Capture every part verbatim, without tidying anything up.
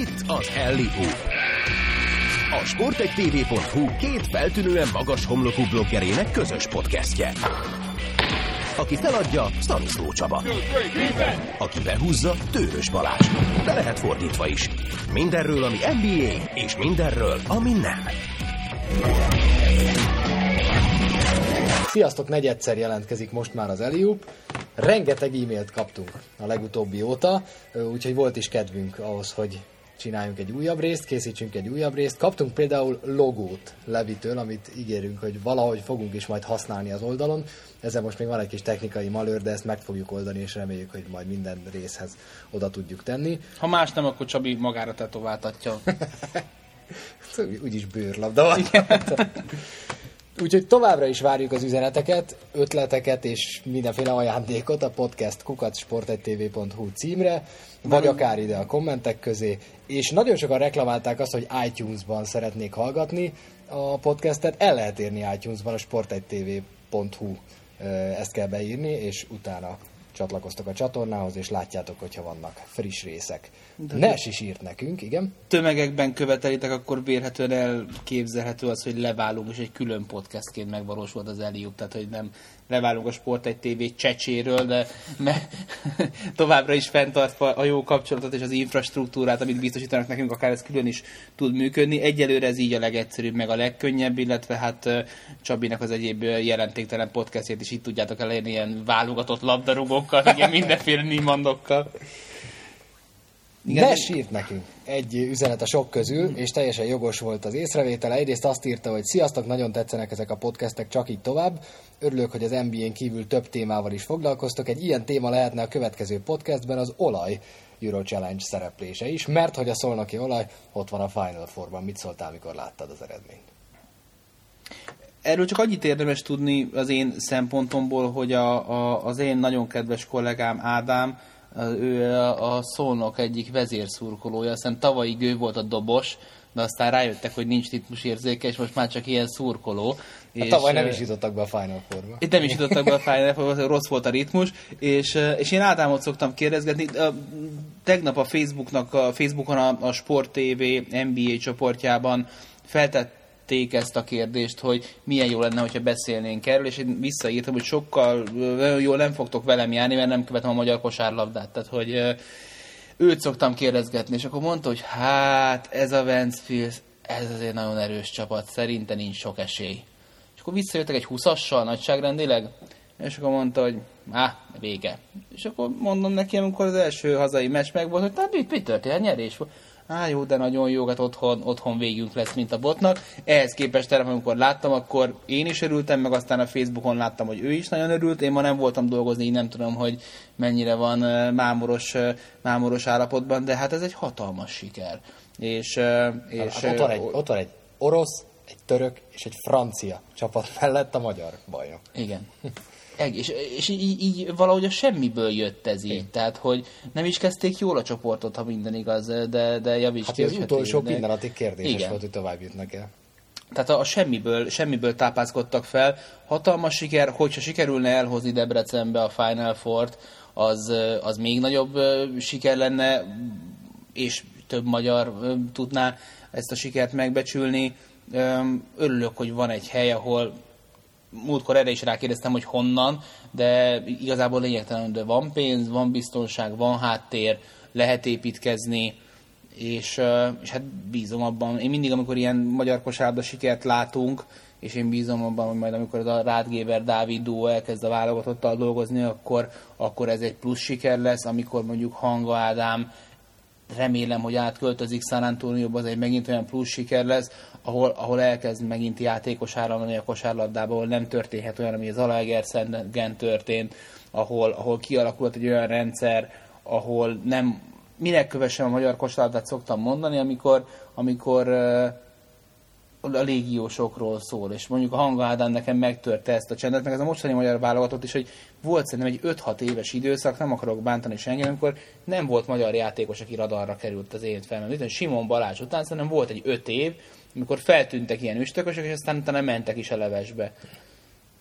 Itt az Alley-oop, a sportegy té vé pont hú két feltűnően magas homlokú bloggerének közös podcastje. Aki feladja, Staniszló Csaba. Aki behúzza, Tőrös Balázs. De lehet fordítva is. Mindenről, ami en bé á, és mindenről, ami nem. Sziasztok, negyedszer jelentkezik most már az Alley-oop. Rengeteg e-mailt kaptunk a legutóbbi óta, úgyhogy volt is kedvünk ahhoz, hogy csináljunk egy újabb részt, készítsünk egy újabb részt. Kaptunk például logót Levitől, amit ígérünk, hogy valahogy fogunk is majd használni az oldalon. Ezzel most még van egy kis technikai malőr, de ezt meg fogjuk oldani, és reméljük, hogy majd minden részhez oda tudjuk tenni. Ha más nem, akkor Csabi magára tetováltatja. Úgyis bőrlabda van. Úgyhogy továbbra is várjuk az üzeneteket, ötleteket és mindenféle ajándékot a podcast kukac sportegy té vé pont hú címre, vagy akár ide a kommentek közé. És nagyon sokan reklamálták azt, hogy iTunes-ban szeretnék hallgatni a podcastet. El lehet érni iTunes-ban, a sportegy té vé pont hú ezt kell beírni, és utána csatlakoztok a csatornához, és látjátok, hogyha vannak friss részek. De Nes is írt nekünk, igen. Tömegekben követelitek, akkor vérhetően elképzelhető az, hogy leválunk, és egy külön podcastként megvalósult az Alley-oop, tehát hogy nem leválunk a sportegy té vé csecséről, de me- továbbra is fenntartva a jó kapcsolatot és az infrastruktúrát, amit biztosítanak nekünk, akár ez külön is tud működni. Egyelőre ez így a legegyszerűbb, meg a legkönnyebb, illetve hát Csabinak az egyéb jelentéktelen podcastjét is itt tudjátok elérni ilyen válogatott labdarúgókkal, igen, mindenféle nimandokkal. Nes írt nekünk egy üzenet a sok közül, és teljesen jogos volt az észrevétele. Egyrészt azt írta, hogy sziasztok, nagyon tetszenek ezek a podcastek, csak így tovább. Örülök, hogy az en bé á-n kívül több témával is foglalkoztok. Egy ilyen téma lehetne a következő podcastben az olaj Euro Challenge szereplése is, mert hogy a szolnoki olaj ott van a Final Fourban. Mit szóltál, mikor láttad az eredményt? Erről csak annyit érdemes tudni az én szempontomból, hogy a, a, az én nagyon kedves kollégám Ádám, ő a, a Szolnok egyik vezérszurkolója, aztán tavalyig ő volt a dobos, de aztán rájöttek, hogy nincs ritmusérzéke, és most már csak ilyen szurkoló. Hát és tavaly nem is jutottak be a Final Fourba. Itt nem is jutottak be a Final Fourba, rossz volt a ritmus, és, és én Ádámot szoktam kérdezgetni. Tegnap a Facebooknak, a Facebookon a, a Sport té vé en bé á csoportjában feltett ezt a kérdést, hogy milyen jó lenne, hogyha beszélnénk erről, és én visszaírtam, hogy sokkal nagyon jól nem fogtok velem járni, mert nem követem a magyar kosárlabdát. Tehát, hogy őt szoktam kérdezgetni, és akkor mondta, hogy hát ez a Ventspils, ez azért nagyon erős csapat, szerintem nincs sok esély. És akkor visszajöttek egy húszassal nagyságrendileg, és akkor mondta, hogy á, vége. És akkor mondom neki, amikor az első hazai meccs meg volt, hogy tehát mit, mit történt, nyerés volt. Á, jó, de nagyon jó, hát otthon, otthon végünk lesz, mint a botnak. Ehhez képest terem, amikor láttam, akkor én is örültem, meg aztán a Facebookon láttam, hogy ő is nagyon örült. Én ma nem voltam dolgozni, így nem tudom, hogy mennyire van mámoros, mámoros állapotban, de hát ez egy hatalmas siker. És, és hát ott, van egy, ott van egy orosz, egy török és egy francia csapat mellett a magyar bajnok. Igen. És, és így, így valahogy a semmiből jött ez így. Én. Tehát, hogy nem is kezdték jól a csoportot, ha minden igaz, de, de javíts hát ki. Hát az utolsó de... pillanatig kérdéses igen. volt, hogy tovább jutnak el. Tehát a, a semmiből, semmiből tápászkodtak fel. Hatalmas siker, hogyha sikerülne elhozni Debrecenbe a Final Fourt, az, az még nagyobb siker lenne, és több magyar tudná ezt a sikert megbecsülni. Örülök, hogy van egy hely, ahol múltkor erre is rákérdeztem, hogy honnan, de igazából lényegtelen, de van pénz, van biztonság, van háttér, lehet építkezni, és, és hát bízom abban. Én mindig, amikor ilyen magyar kosárlabda sikert látunk, és én bízom abban, hogy majd amikor a Rádgéver-Dávid duó elkezd a válogatottal dolgozni, akkor, akkor ez egy plusz siker lesz, amikor mondjuk Hanga Ádám, remélem, hogy átköltözik San Antonióba, az egy megint olyan plusz siker lesz, ahol, ahol elkezd megint játékos áramlani a kosárlabdába, ahol nem történhet olyan, ami az Zalaegerszegen történt, ahol, ahol kialakult egy olyan rendszer, ahol nem, minek kövessem a magyar kosárlabdát szoktam mondani, amikor, amikor uh, a légiósokról szól, és mondjuk a Hanga Ádám nekem megtörte ezt a csendet, meg ez a mostani magyar válogatott is, hogy volt szerintem egy öt-hat éves időszak, nem akarok bántani senki, amikor nem volt magyar játékos, aki radarra került az én felmem. Simon Balázs után szerintem volt egy öt év, amikor feltűntek ilyen üstökösök, és aztán utána mentek is a levesbe.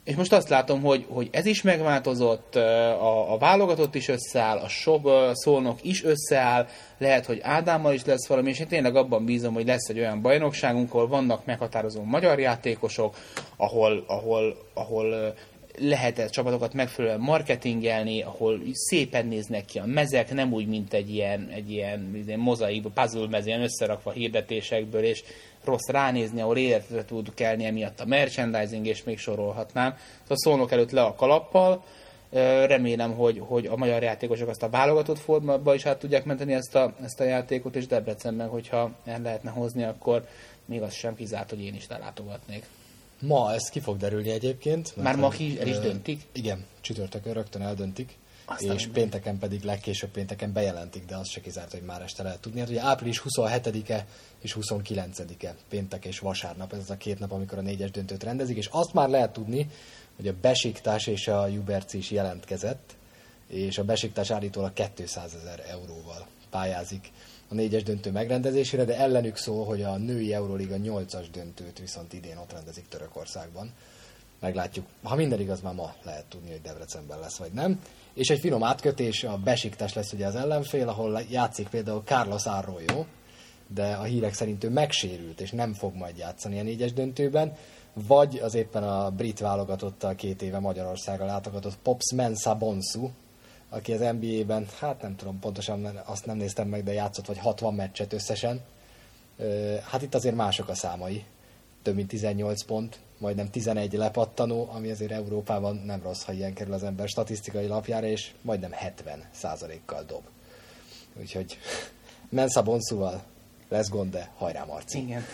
És most azt látom, hogy, hogy ez is megváltozott, a, a válogatott is összeáll, a Sob Szolnok is összeáll, lehet, hogy Ádámmal is lesz valami, és én tényleg abban bízom, hogy lesz egy olyan bajnokságunk, ahol vannak meghatározó magyar játékosok, ahol, ahol, ahol lehet a csapatokat megfelelően marketingelni, ahol szépen néznek ki a mezek, nem úgy, mint egy ilyen, egy ilyen, ilyen mozaik, puzzle mezén összerakva hirdetésekből, és rossz ránézni, ahol életre tud kelni emiatt a merchandising, és még sorolhatnám. Szóval Szolnok előtt le a kalappal, remélem, hogy, hogy a magyar játékosok azt a válogatott formában is át tudják menteni ezt a, ezt a játékot, és Debrecenben, hogyha el lehetne hozni, akkor még az sem kizárt, hogy én is lelátogatnék. Ma ez ki fog derülni egyébként. Már ma ki el is döntik? Igen, csütörtökön rögtön eldöntik. Aztán és pénteken pedig legkésőbb pénteken bejelentik, de az se kizárt, hogy már este lehet tudni. Hát ugye április huszonhetedike és huszonkilencedike, péntek és vasárnap, ez az a két nap, amikor a négyes döntőt rendezik, és azt már lehet tudni, hogy a Besiktas és a Juberci is jelentkezett, és a Besiktas állítólag kétszázezer euróval pályázik a négyes döntő megrendezésére, de ellenük szól, hogy a női Euroliga nyolcas döntőt viszont idén ott rendezik Törökországban. Meglátjuk. Ha minden igaz, már ma lehet tudni, hogy Debrecenben lesz, vagy nem. És egy finom átkötés, a Besiktas lesz ugye az ellenfél, ahol játszik például Carlos Arroyo, de a hírek szerint ő megsérült, és nem fog majd játszani a négyes döntőben, vagy az éppen a brit válogatottal két éve Magyarországra látogatott Pops Mensah Bonsu, aki az en bé á-ben, hát nem tudom pontosan, azt nem néztem meg, de játszott vagy hatvan meccset összesen. Hát itt azért mások a számai. Több mint tizennyolc pont, majdnem tizenegy lepattanó, ami azért Európában nem rossz, ha ilyen kerül az ember statisztikai lapjára, és majdnem hetven százalékkal dob. Úgyhogy Mensah Bonsuval lesz gond, de hajrá Marci. Igen.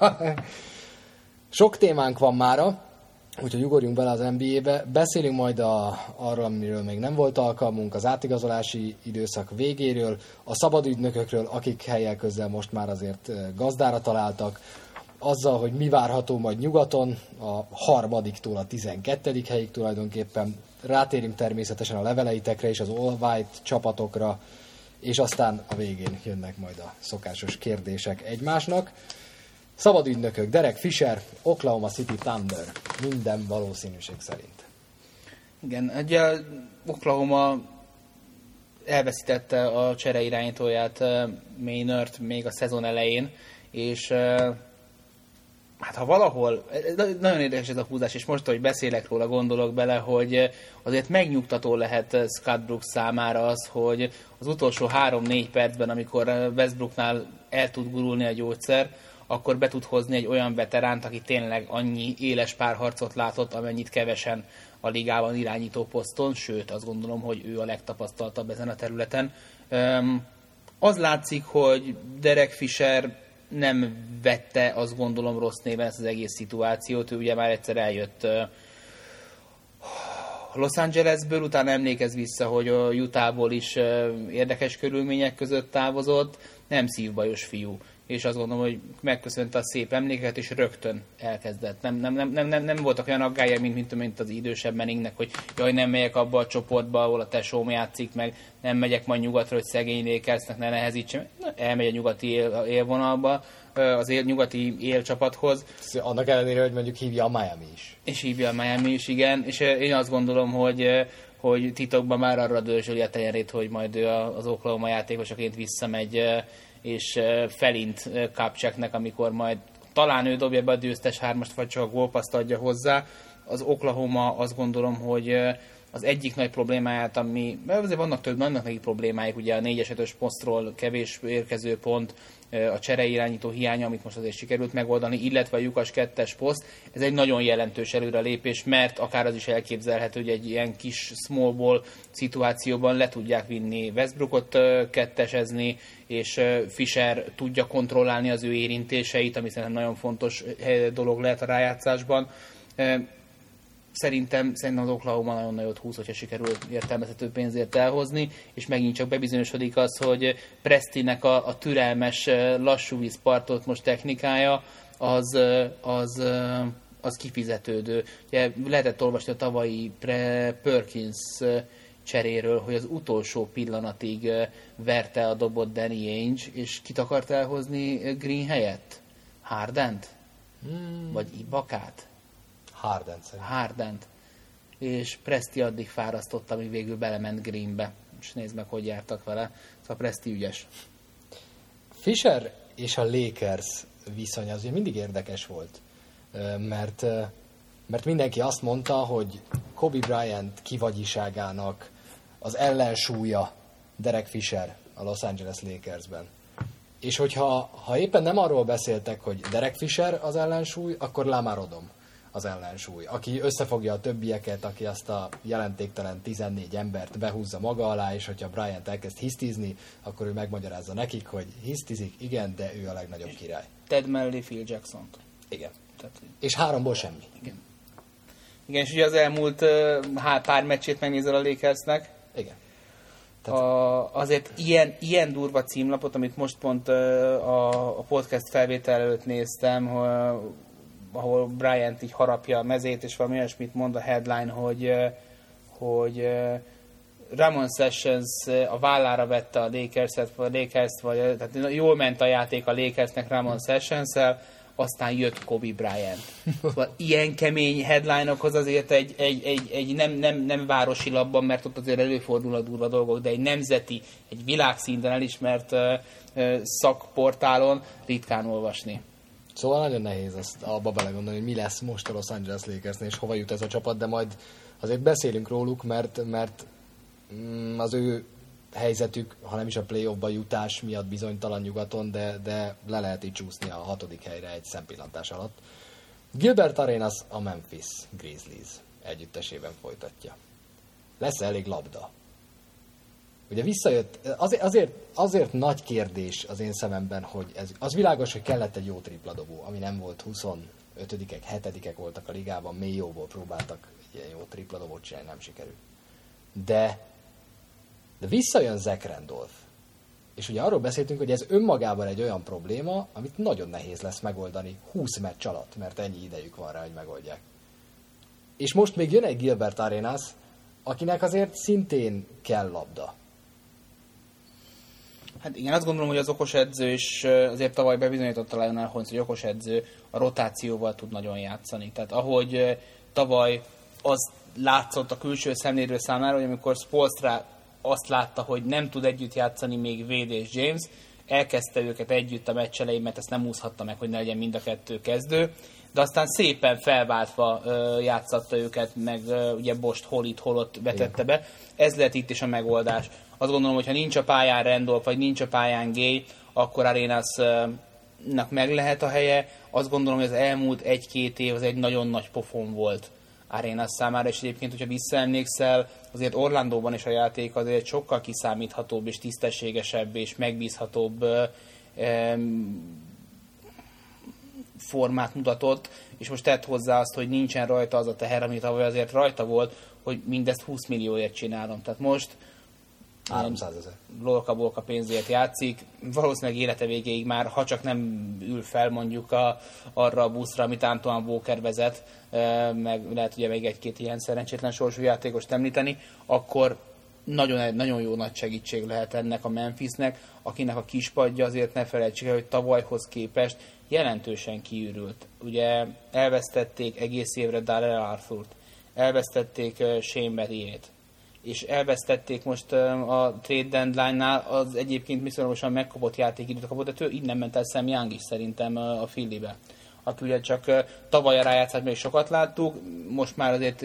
Sok témánk van mára, úgyhogy ugorjunk bele az en bé á-be. Beszélünk majd a, arról, amiről még nem volt alkalmunk, az átigazolási időszak végéről, a szabadügynökökről, akik helyel közel most már azért gazdára találtak, azzal, hogy mi várható majd nyugaton, a harmadiktól a tizenkettedik helyig tulajdonképpen. Rátérünk természetesen a leveleitekre és az All White csapatokra, és aztán a végén jönnek majd a szokásos kérdések egymásnak. Szabadügynökök, Derek Fisher, Oklahoma City Thunder, minden valószínűség szerint. Igen, ugye Oklahoma elveszítette a csere irányítóját, Maynard még a szezon elején, és hát ha valahol, nagyon érdekes ez a húzás, és most, hogy beszélek róla, gondolok bele, hogy azért megnyugtató lehet Scott Brooks számára az, hogy az utolsó három-négy percben, amikor Westbrooknál el tud gurulni a gyógyszer, akkor be tud hozni egy olyan veteránt, aki tényleg annyi éles párharcot látott, amennyit kevesen a ligában irányító poszton, sőt, azt gondolom, hogy ő a legtapasztaltabb ezen a területen. Az látszik, hogy Derek Fisher nem vette, azt gondolom, rossz néven ezt az egész szituációt. Ő ugye már egyszer eljött Los Angelesből, utána emlékez vissza, hogy a Utahból is érdekes körülmények között távozott. Nem szívbajos fiú. És azt gondolom, hogy megköszönte a szép emléket, és rögtön elkezdett. Nem, nem, nem, nem, nem voltak olyan aggályai, mint, mint, mint az idősebb Manningnek, hogy jaj, nem megyek abba a csoportba, ahol a tesóm játszik, meg nem megyek majd nyugatra, hogy szegény Lakersnek ne nehezítsem. Elmegy a nyugati él, élvonalba, az él, nyugati élcsapathoz. Annak ellenére, hogy mondjuk hívja a Miami is. És hívja a Miami is, igen. És én azt gondolom, hogy, hogy titokban már arra dőzsöli a tenyerét, hogy majd ő az Oklahoma játékosaként visszamegy, és felint Kupchaknek, amikor majd talán ő dobja be a győztes hármast, vagy csak a gólpaszt adja hozzá. Az Oklahoma azt gondolom, hogy az egyik nagy problémáját, ami, azért vannak több, vannak neki problémáik, ugye a négyes ötös posztról kevés érkező pont, a csereirányító hiánya, amit most azért sikerült megoldani, illetve a lyukas kettes poszt. Ez egy nagyon jelentős előrelépés, mert akár az is elképzelhető, hogy egy ilyen kis small ball szituációban le tudják vinni Westbrookot kettesezni, és Fisher tudja kontrollálni az ő érintéseit, ami szerintem nagyon fontos dolog lehet a rájátszásban. Szerintem, szerintem az Oklahoma nagyon nagyot húz, hogyha sikerül értelmezhető pénzért elhozni, és megint csak bebizonyosodik az, hogy Prestinek a, a türelmes, lassú vízpartot most technikája, az, az, az kifizetődő. Ugye lehetett olvasni a tavalyi Perkins cseréről, hogy az utolsó pillanatig verte a dobot Danny Ainge, és kit akart elhozni Green helyett? Hardent? Hmm. Vagy Ibakát? Hardent szerintem. Hardent. és Presti addig fárasztotta, amíg végül belement Greenbe. És nézd meg, hogy jártak vele. Szóval Presti ügyes. Fisher és a Lakers viszony azért mindig érdekes volt, mert, mert mindenki azt mondta, hogy Kobe Bryant kivagyiságának az ellensúlya Derek Fisher a Los Angeles Lakersben. És hogyha ha éppen nem arról beszéltek, hogy Derek Fisher az ellensúly, akkor Lamar Odom az ellensúly, aki összefogja a többieket, aki azt a jelentéktelen tizennégy embert behúzza maga alá, és hogyha Bryant elkezd hisztizni, akkor ő megmagyarázza nekik, hogy hisztizik, igen, de ő a legnagyobb király. Ted mellé Phil Jackson-t. Igen. Tehát, és háromból semmi. Igen. Igen, és ugye az elmúlt uh, pár meccsét megnézel a Lakersnek. Igen. Tehát... A, azért ilyen, ilyen durva címlapot, amit most pont uh, a, a podcast felvétel előtt néztem, uh, ahol Bryant így harapja a mezét, és valami olyasmit mond a headline, hogy, hogy Ramon Sessions a vállára vette a Lakers-et, vagy a Lakers-t, vagy, tehát jól ment a játék a Lakersnek Ramon Sessions-el, aztán jött Kobe Bryant. Szóval ilyen kemény headline-okhoz azért egy, egy, egy, egy nem, nem, nem városi labban, mert ott azért előfordul a durva dolgok, de egy nemzeti, egy világszinten elismert uh, uh, szakportálon ritkán olvasni. Szóval nagyon nehéz azt abba belegondolni, hogy mi lesz most a Los Angeles Lakersnél, és hova jut ez a csapat, de majd azért beszélünk róluk, mert, mert az ő helyzetük, ha nem is a playoffba jutás miatt bizonytalan nyugaton, de, de le lehet így csúszni a hatodik helyre egy szempillantás alatt. Gilbert Arenas a Memphis Grizzlies együttesében folytatja. Lesz elég labda? Ugye visszajött, azért, azért, azért nagy kérdés az én szememben, hogy ez, az világos, hogy kellett egy jó tripladobó, ami nem volt huszonötödikek, hetedikek voltak a ligában, mély jóból próbáltak egy ilyen jó tripladobót csinálni, nem sikerült. De, de visszajön Zach Randolph. És ugye arról beszéltünk, hogy ez önmagában egy olyan probléma, amit nagyon nehéz lesz megoldani húsz meccs alatt, mert ennyi idejük van rá, hogy megoldják. És most még jön egy Gilbert Arenas, akinek azért szintén kell labda. Hát igen, azt gondolom, hogy az okos edző is azért tavaly bebizonyította Lionel Hollins, hogy okos edző a rotációval tud nagyon játszani. Tehát ahogy tavaly az látszott a külső szemlélő számára, hogy amikor Spoelstra azt látta, hogy nem tud együtt játszani még Wade és James, elkezdte őket együtt a meccs elején, mert ezt nem úszhatta meg, hogy ne legyen mind a kettő kezdő, de aztán szépen felváltva uh, játszatta őket, meg uh, ugye Bost hol itt, hol ott vetette be. Ez lehet itt is a megoldás. Azt gondolom, hogy ha nincs a pályán Randolph, vagy nincs a pályán Gay, akkor Arenasnak meg lehet a helye. Azt gondolom, hogy az elmúlt egy-két év az egy nagyon nagy pofon volt Arenas számára, és egyébként, hogyha visszaemlékszel, azért Orlandóban is a játék azért sokkal kiszámíthatóbb, és tisztességesebb, és megbízhatóbb um, formát mutatott, és most tett hozzá azt, hogy nincsen rajta az a teher, amit tavaly azért rajta volt, hogy mindezt húsz millióért csinálom. Tehát most háromszázezer lolka-bolka pénzért játszik, valószínűleg élete végéig már, ha csak nem ül fel mondjuk a, arra a buszra, amit Antoine Walker vezet, meg lehet ugye még egy-két ilyen szerencsétlen sorsú játékost említeni, akkor nagyon, nagyon jó nagy segítség lehet ennek a Memphisnek, akinek a kispadja azért ne felejtsük el, hogy tavalyhoz képest jelentősen kiürült. Ugye elvesztették egész évre Darrell Arthurt, elvesztették Shane Battier-t, és elvesztették most a trade deadline-nál az egyébként viszonylagosan megkapott játékidőt kapott, de tő, innen ment el Sam Young is szerintem a Phillybe. Aki ugye csak tavaly a rájátszát még sokat láttuk, most már azért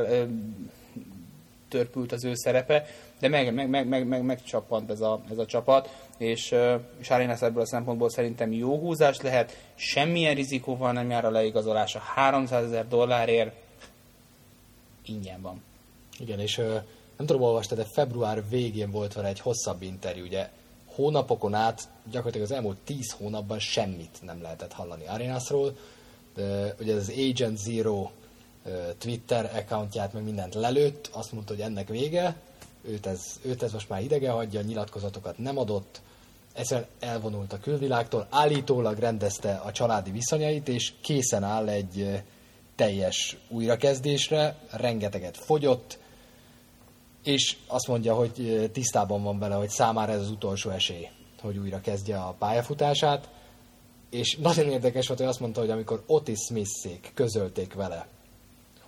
eltörpült az ő szerepe, de meg, meg, meg, meg, meg, megcsappant ez a, ez a csapat, és, és Arenas ebből a szempontból szerintem jó húzás lehet, semmilyen rizikóval nem jár a leigazolása, háromszázezer dollárért ingyen van. Igen, és nem tudom, olvastad, de február végén volt vele egy hosszabb interjú, ugye hónapokon át, gyakorlatilag az elmúlt tíz hónapban semmit nem lehetett hallani Arenasról, de ugye az Agent Zero Twitter accountját meg mindent lelőtt, azt mondta, hogy ennek vége, őt ez, őt ez most már idegen hagyja, nyilatkozatokat nem adott, egyszerűen elvonult a külvilágtól, állítólag rendezte a családi viszonyait, és készen áll egy teljes újrakezdésre, rengeteget fogyott, és azt mondja, hogy tisztában van vele, hogy számára ez az utolsó esély, hogy újra kezdje a pályafutását, és nagyon érdekes volt, hogy azt mondta, hogy amikor Otis Smith-szék közölték vele,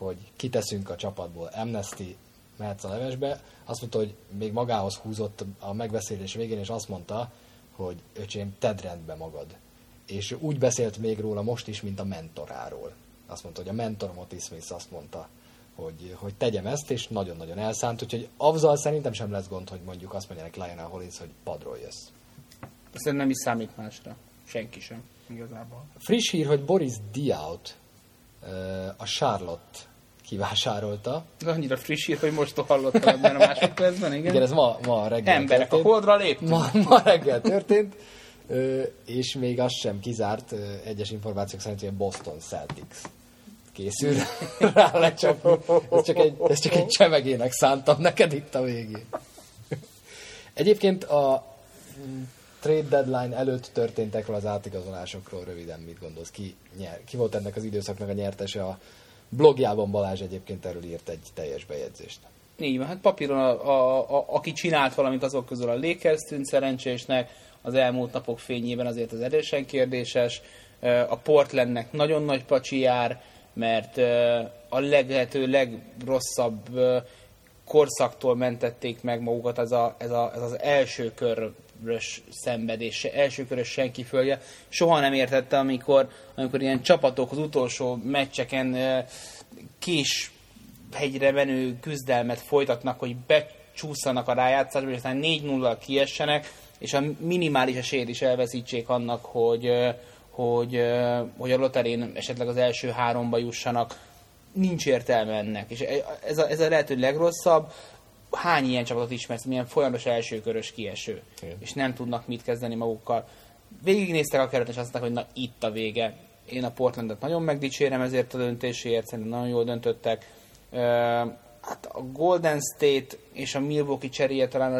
hogy kiteszünk a csapatból, Amnesty, mehetsz a levesbe, azt mondta, hogy még magához húzott a megbeszélés végén, és azt mondta, hogy öcsém, tedd rendbe magad. És úgy beszélt még róla most is, mint a mentoráról. Azt mondta, hogy a mentorom Otis Smith azt mondta, hogy, hogy tegyem ezt, és nagyon-nagyon elszánt, úgyhogy azzal szerintem sem lesz gond, hogy mondjuk azt mondják Lionel Hollins, hogy padról jössz. Szerintem nem is számít másra. Senki sem, igazából. Friss hír, hogy Boris Diaw-t a Charlotte kivásárolta. De annyira friss hír, hogy most hallottam ebben a másodpercben, igen? Igen, ez ma, ma reggel Emberek történt. a holdra léptünk. Ma, ma reggel történt, és még az sem kizárt, egyes információk szerint, hogy a Boston Celtics készül rá lecsapni. Ez csak egy, ez csak egy csemegének szántam neked itt a végén. Egyébként a trade deadline előtt történtekről, az átigazolásokról röviden mit gondolsz? Ki, nyer, ki volt ennek az időszaknak a nyertese? A blogjában Balázs egyébként erről írt egy teljes bejegyzést. Így van, hát papíron a, a, a, aki csinált valamit, azok közül a Lakers tűnt szerencsésnek, az elmúlt napok fényében azért az erősen kérdéses. A Portlandnek nagyon nagy pacsi jár, mert a lehető legrosszabb korszaktól mentették meg magukat ez, a, ez, a, ez az első körös szenvedés, első körös senki földje. Soha nem értette, amikor, amikor ilyen csapatok az utolsó meccseken kés hegyre menő küzdelmet folytatnak, hogy becsúszanak a rájátszásba, és aztán négy nulla kiessenek, és a minimális esélyt is elveszítsék annak, hogy, hogy, hogy a loterén esetleg az első háromba jussanak. Nincs értelme ennek. És ez a, ez a lehető legrosszabb. Hány ilyen csapatot ismersz, milyen folyamatos elsőkörös kieső, igen. És nem tudnak mit kezdeni magukkal. Végignéztek a keretet, és azt mondták, hogy na itt a vége. Én a Portlandet nagyon megdicsérem ezért a döntéséért, szerintem nagyon jól döntöttek. Uh, hát a Golden State és a Milwaukee cseréje talán a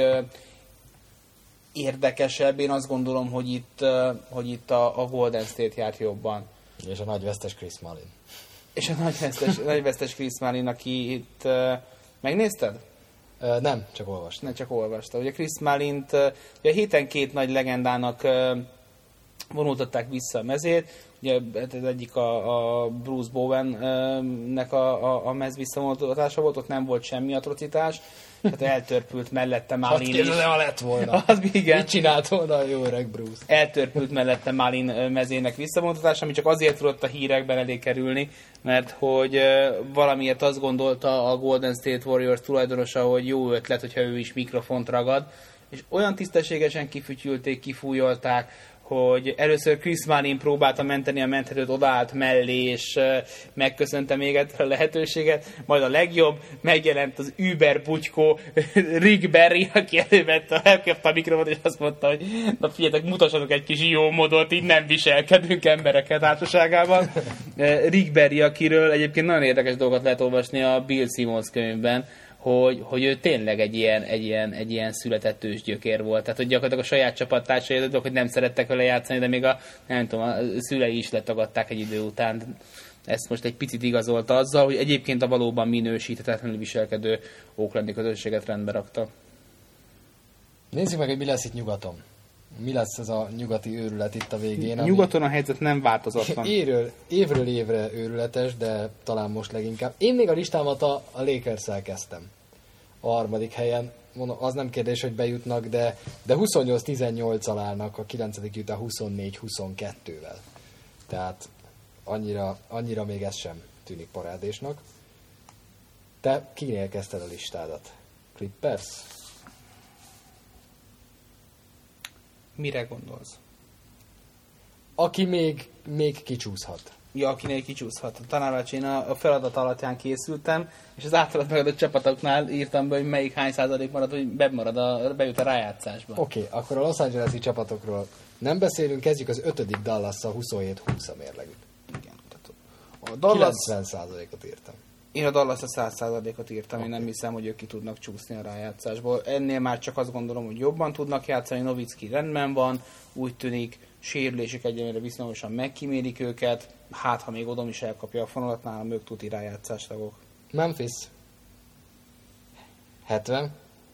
legérdekesebb. Uh, Én azt gondolom, hogy itt, uh, hogy itt a, a Golden State járt jobban. És a nagy vesztes Chris Mullin. És a nagy vesztes, nagy vesztes Chris Mullin, aki itt... Uh, megnézted? Uh, nem, csak olvastam. Nem, csak olvasta. Ugye Chris Mullint, uh, ugye a héten két nagy legendának uh, vonultatták vissza a mezét. Ugye az egyik a, a Bruce Bowen-nek a, a, a mez visszavonultatása volt, ott nem volt semmi atrocitás. Tehát eltörpült mellette Mullin is. Kérdezem, ha lett volna. Az, igen. Mit csinált volna a jó öreg Bruce? Eltörpült mellette Mullin mezének visszavonultatása, ami csak azért tudott a hírekben elé kerülni, mert hogy valamiért azt gondolta a Golden State Warriors tulajdonosa, hogy jó ötlet, hogyha ő is mikrofont ragad, és olyan tisztességesen kifütyülték, kifújolták, hogy először Chris Mullin próbálta menteni a menthetőt, odaállt mellé, és megköszönte még egyszer a lehetőséget, majd a legjobb, megjelent az Uber butykó Rick Barry, aki elővette, elkapta a mikrofont, és azt mondta, hogy na figyeljetek, mutassatok egy kis jó módot, így nem viselkedünk embereket társaságában. Rick Barry, akiről egyébként nagyon érdekes dolgot lehet olvasni a Bill Simmons könyvben, hogy, hogy ő tényleg egy ilyen, egy ilyen, egy ilyen született ősgyökér volt. Tehát, hogy gyakorlatilag a saját csapattársai, hogy nem szerettek vele játszani, de még a, nem tudom, a szülei is letagadták egy idő után. Ezt most egy picit igazolta azzal, hogy egyébként a valóban minősíthetetlenül viselkedő oaklandi közösséget rendbe rakta. Nézzük meg, hogy mi lesz itt nyugaton. Mi lesz ez a nyugati őrület itt a végén? Ami... Nyugaton a helyzet nem változatlan. Évről, évről évre őrületes, de talán most leginkább. Én még a listámat a, a Lakers-szel kezdtem. A harmadik helyen. Mondom, az nem kérdés, hogy bejutnak, de, de huszonnyolc tizennyolccal állnak, a kilencedik Utah huszonnégy huszonkettővel. Tehát annyira, annyira még ez sem tűnik parádésnak. Te kinél kezdted a listádat? Clippers? Mire gondolsz? Aki még, még kicsúszhat. Ja, akinél kicsúszhat. A tanárács, én a, a feladat alapján készültem, és az általad megadott csapatoknál írtam be, hogy melyik hány százalék marad, hogy bemarad a, bejut a rájátszásba. Oké, okay, akkor a Los Angeles-i csapatokról nem beszélünk, kezdjük az ötödik Dallas-szal, huszonhét húsz a mérlegük. Igen. A Dallas... kilencven százalékot írtam. Én a Dallas-a száz százalékot írtam, okay. Én nem hiszem, hogy ők ki tudnak csúszni a rájátszásból. Ennél már csak azt gondolom, hogy jobban tudnak játszani, Nowitzki rendben van, úgy tűnik, sérülések egyenlőre viszonyosan megkímélik őket, hát ha még Odom is elkapja a fonalat, nálam ők tuti rájátszástagok. Memphis. hetven.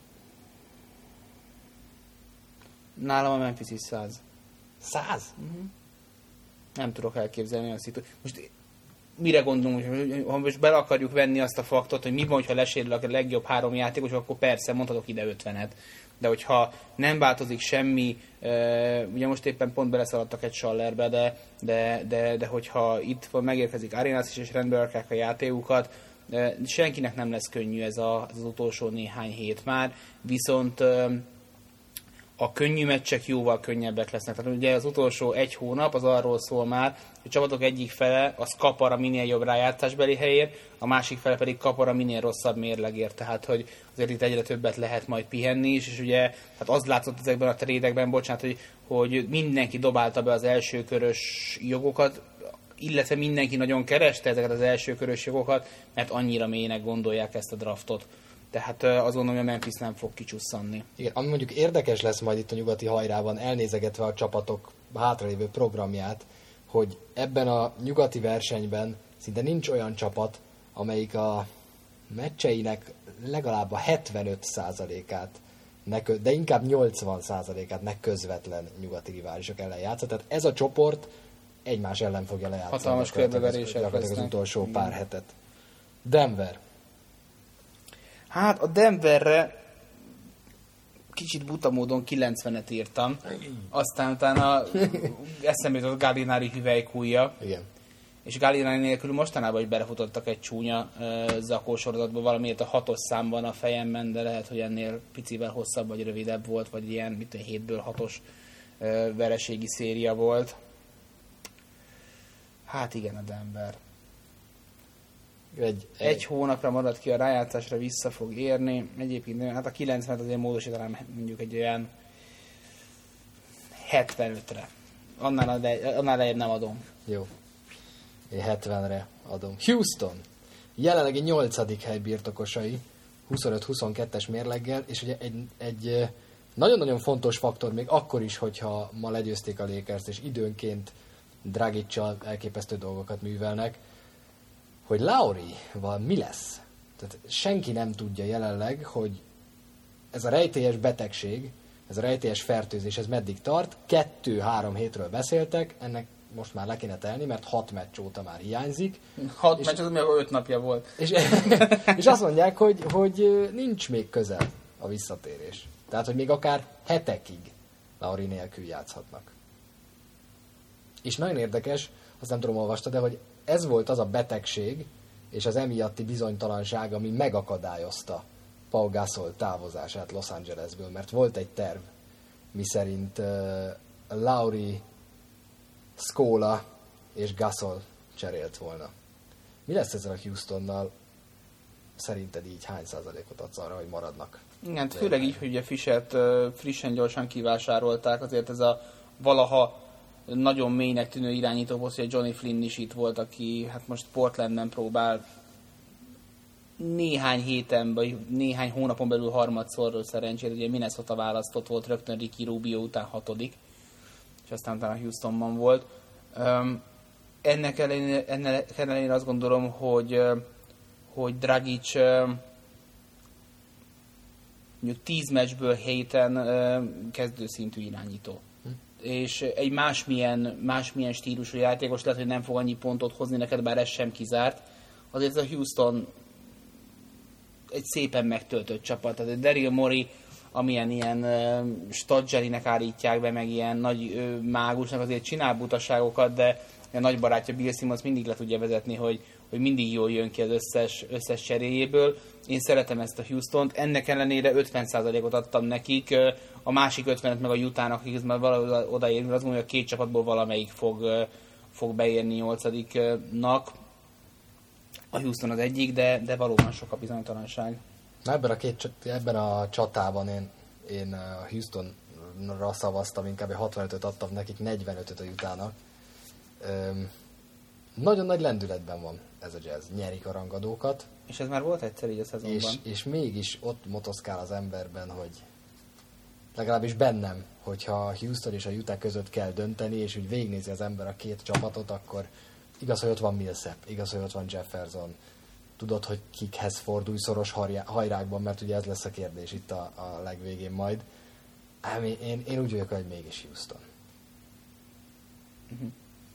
Nálam a Memphis is száz. száz? Uh-huh. Nem tudok elképzelni a szitúciót. Most mire gondolunk, hogy ha most bele akarjuk venni azt a faktort, hogy mi van, ha lesérül a legjobb három játékos, akkor persze mondhatok ide ötvenet. De hogyha nem változik semmi, ugye most éppen pont beleszaladtak egy Schallerbe, de, de, de, de hogyha itt van, megérkezik Arenas is, és rendbe rakják a játékukat, senkinek nem lesz könnyű ez, a, ez az utolsó néhány hét már, viszont a könnyű meccsek jóval könnyebbek lesznek. Tehát ugye az utolsó egy hónap az arról szól már, hogy a csapatok egyik fele az kapar a minél jobb rájátszásbeli helyért, a másik fele pedig kapar a minél rosszabb mérlegért. Tehát, hogy azért itt egyre többet lehet majd pihenni is, és ugye hát az látszott ezekben a trédekben, bocsánat, hogy, hogy mindenki dobálta be az elsőkörös jogokat, illetve mindenki nagyon kereste ezeket az elsőkörös jogokat, mert annyira mélynek gondolják ezt a draftot. Tehát azt gondolom, hogy a Memphis nem fog kicsusszanni. Igen, ami mondjuk érdekes lesz majd itt a nyugati hajrában, elnézegetve a csapatok hátralévő programját, hogy ebben a nyugati versenyben szinte nincs olyan csapat, amelyik a meccseinek legalább a hetvenöt százalékát, de inkább nyolcvan százalékát ne közvetlen nyugati riválisok ellen játszott. Tehát ez a csoport egymás ellen fogja lejátszani. Hatalmas körbeverések az, az utolsó igen. pár hetet. Denver. Hát a Denverre kicsit buta módon kilencvenet írtam, aztán utána eszembe jutott Gallinari hüvelykújja, igen. És Gallinari nélkül mostanában is belefutottak egy csúnya uh, zakósorozatba, valamiért a hatos számban a fejemben, de lehet, hogy ennél picivel hosszabb vagy rövidebb volt, vagy ilyen mit tudom, hétből hatos uh, vereségi széria volt. Hát igen, a Denver. Egy, egy... egy hónapra maradt ki a rájátszásra, vissza fog érni. Egyébként hát a kilencvenet azért módosítanám mondjuk egy olyan hetvenötre. Annál, annál lejjebb nem adom. Jó. Én hetvenre adom. Houston. Jelenlegi nyolcadik hely birtokosai. huszonöt-huszonkettes mérleggel, és ugye egy, egy nagyon-nagyon fontos faktor, még akkor is, hogyha ma legyőzték a Lakers, és időnként Dragic-csal elképesztő dolgokat művelnek, hogy Laurival mi lesz. Tehát senki nem tudja jelenleg, hogy ez a rejtélyes betegség, ez a rejtélyes fertőzés, ez meddig tart. Kettő-három hétről beszéltek, ennek most már le kéne telni, mert hat meccs óta már hiányzik. Hat és, meccs, az még öt napja volt. És, és azt mondják, hogy, hogy nincs még közel a visszatérés. Tehát, hogy még akár hetekig Lauri nélkül játszhatnak. És nagyon érdekes, azt nem tudom, olvasta, de hogy ez volt az a betegség, és az emiatti bizonytalanság, ami megakadályozta Pau Gasol távozását Los Angelesből, mert volt egy terv, miszerint uh, Lauri, Scola és Gasol cserélt volna. Mi lesz ezzel a Houstonnal? Szerinted így hány százalékot adsz arra, hogy maradnak? Igen, főleg így, hogy a Fischert uh, frissen, gyorsan kivásárolták, azért ez a valaha nagyon mélynek tűnő irányító volt, hogy Johnny Flynn is itt volt, aki hát most Portlandben próbál néhány héten, vagy néhány hónapon belül harmadszorról szerencsére, ugye Minnesota választott volt, rögtön Ricky Rubio után hatodik, és aztán utána Houstonban volt. Um, ennek ellenére, ennek ellenére azt gondolom, hogy, hogy Dragic mondjuk tíz meccsből héten kezdőszintű irányító. És egy másmilyen, másmilyen stílusú játékos lehet, hogy nem fog annyi pontot hozni neked, bár ez sem kizárt. Azért a Houston egy szépen megtöltött csapat. Tehát Daryl Morey, amilyen ilyen uh, Stadgerinek állítják be, meg ilyen nagy uh, mágusnak, azért csinál butaságokat, de a nagy barátja Bill Simmons mindig le tudja vezetni, hogy, hogy mindig jól jön ki az összes, összes cseréjéből. Én szeretem ezt a Houstont, ennek ellenére ötven százalékot adtam nekik, a másik ötvenet meg a Utahnak, akik már valahol odaérni, azt mondom, hogy a két csapatból valamelyik fog, fog beérni nyolcadiknak. A Houston az egyik, de, de valóban sok a bizonytalanság. Ebben a, két, ebben a csatában én, én a Houstonra szavaztam, inkább hatvanötöt adtam nekik, negyvenötöt a Utahnak. Öm, nagyon nagy lendületben van ez a Jazz, nyerik a rangadókat. És ez már volt egyszer így a szezonban. És, és mégis ott motoszkál az emberben, hogy legalábbis bennem, hogyha a Houston és a Utah között kell dönteni, és úgy végignézi az ember a két csapatot, akkor igaz, hogy ott van Millsap, igaz, hogy ott van Jefferson, tudod, hogy kikhez fordulj szoros hajrákban, mert ugye ez lesz a kérdés itt a, a legvégén majd. Ám én, én úgy vagyok, hogy mégis Houston. Uh-huh.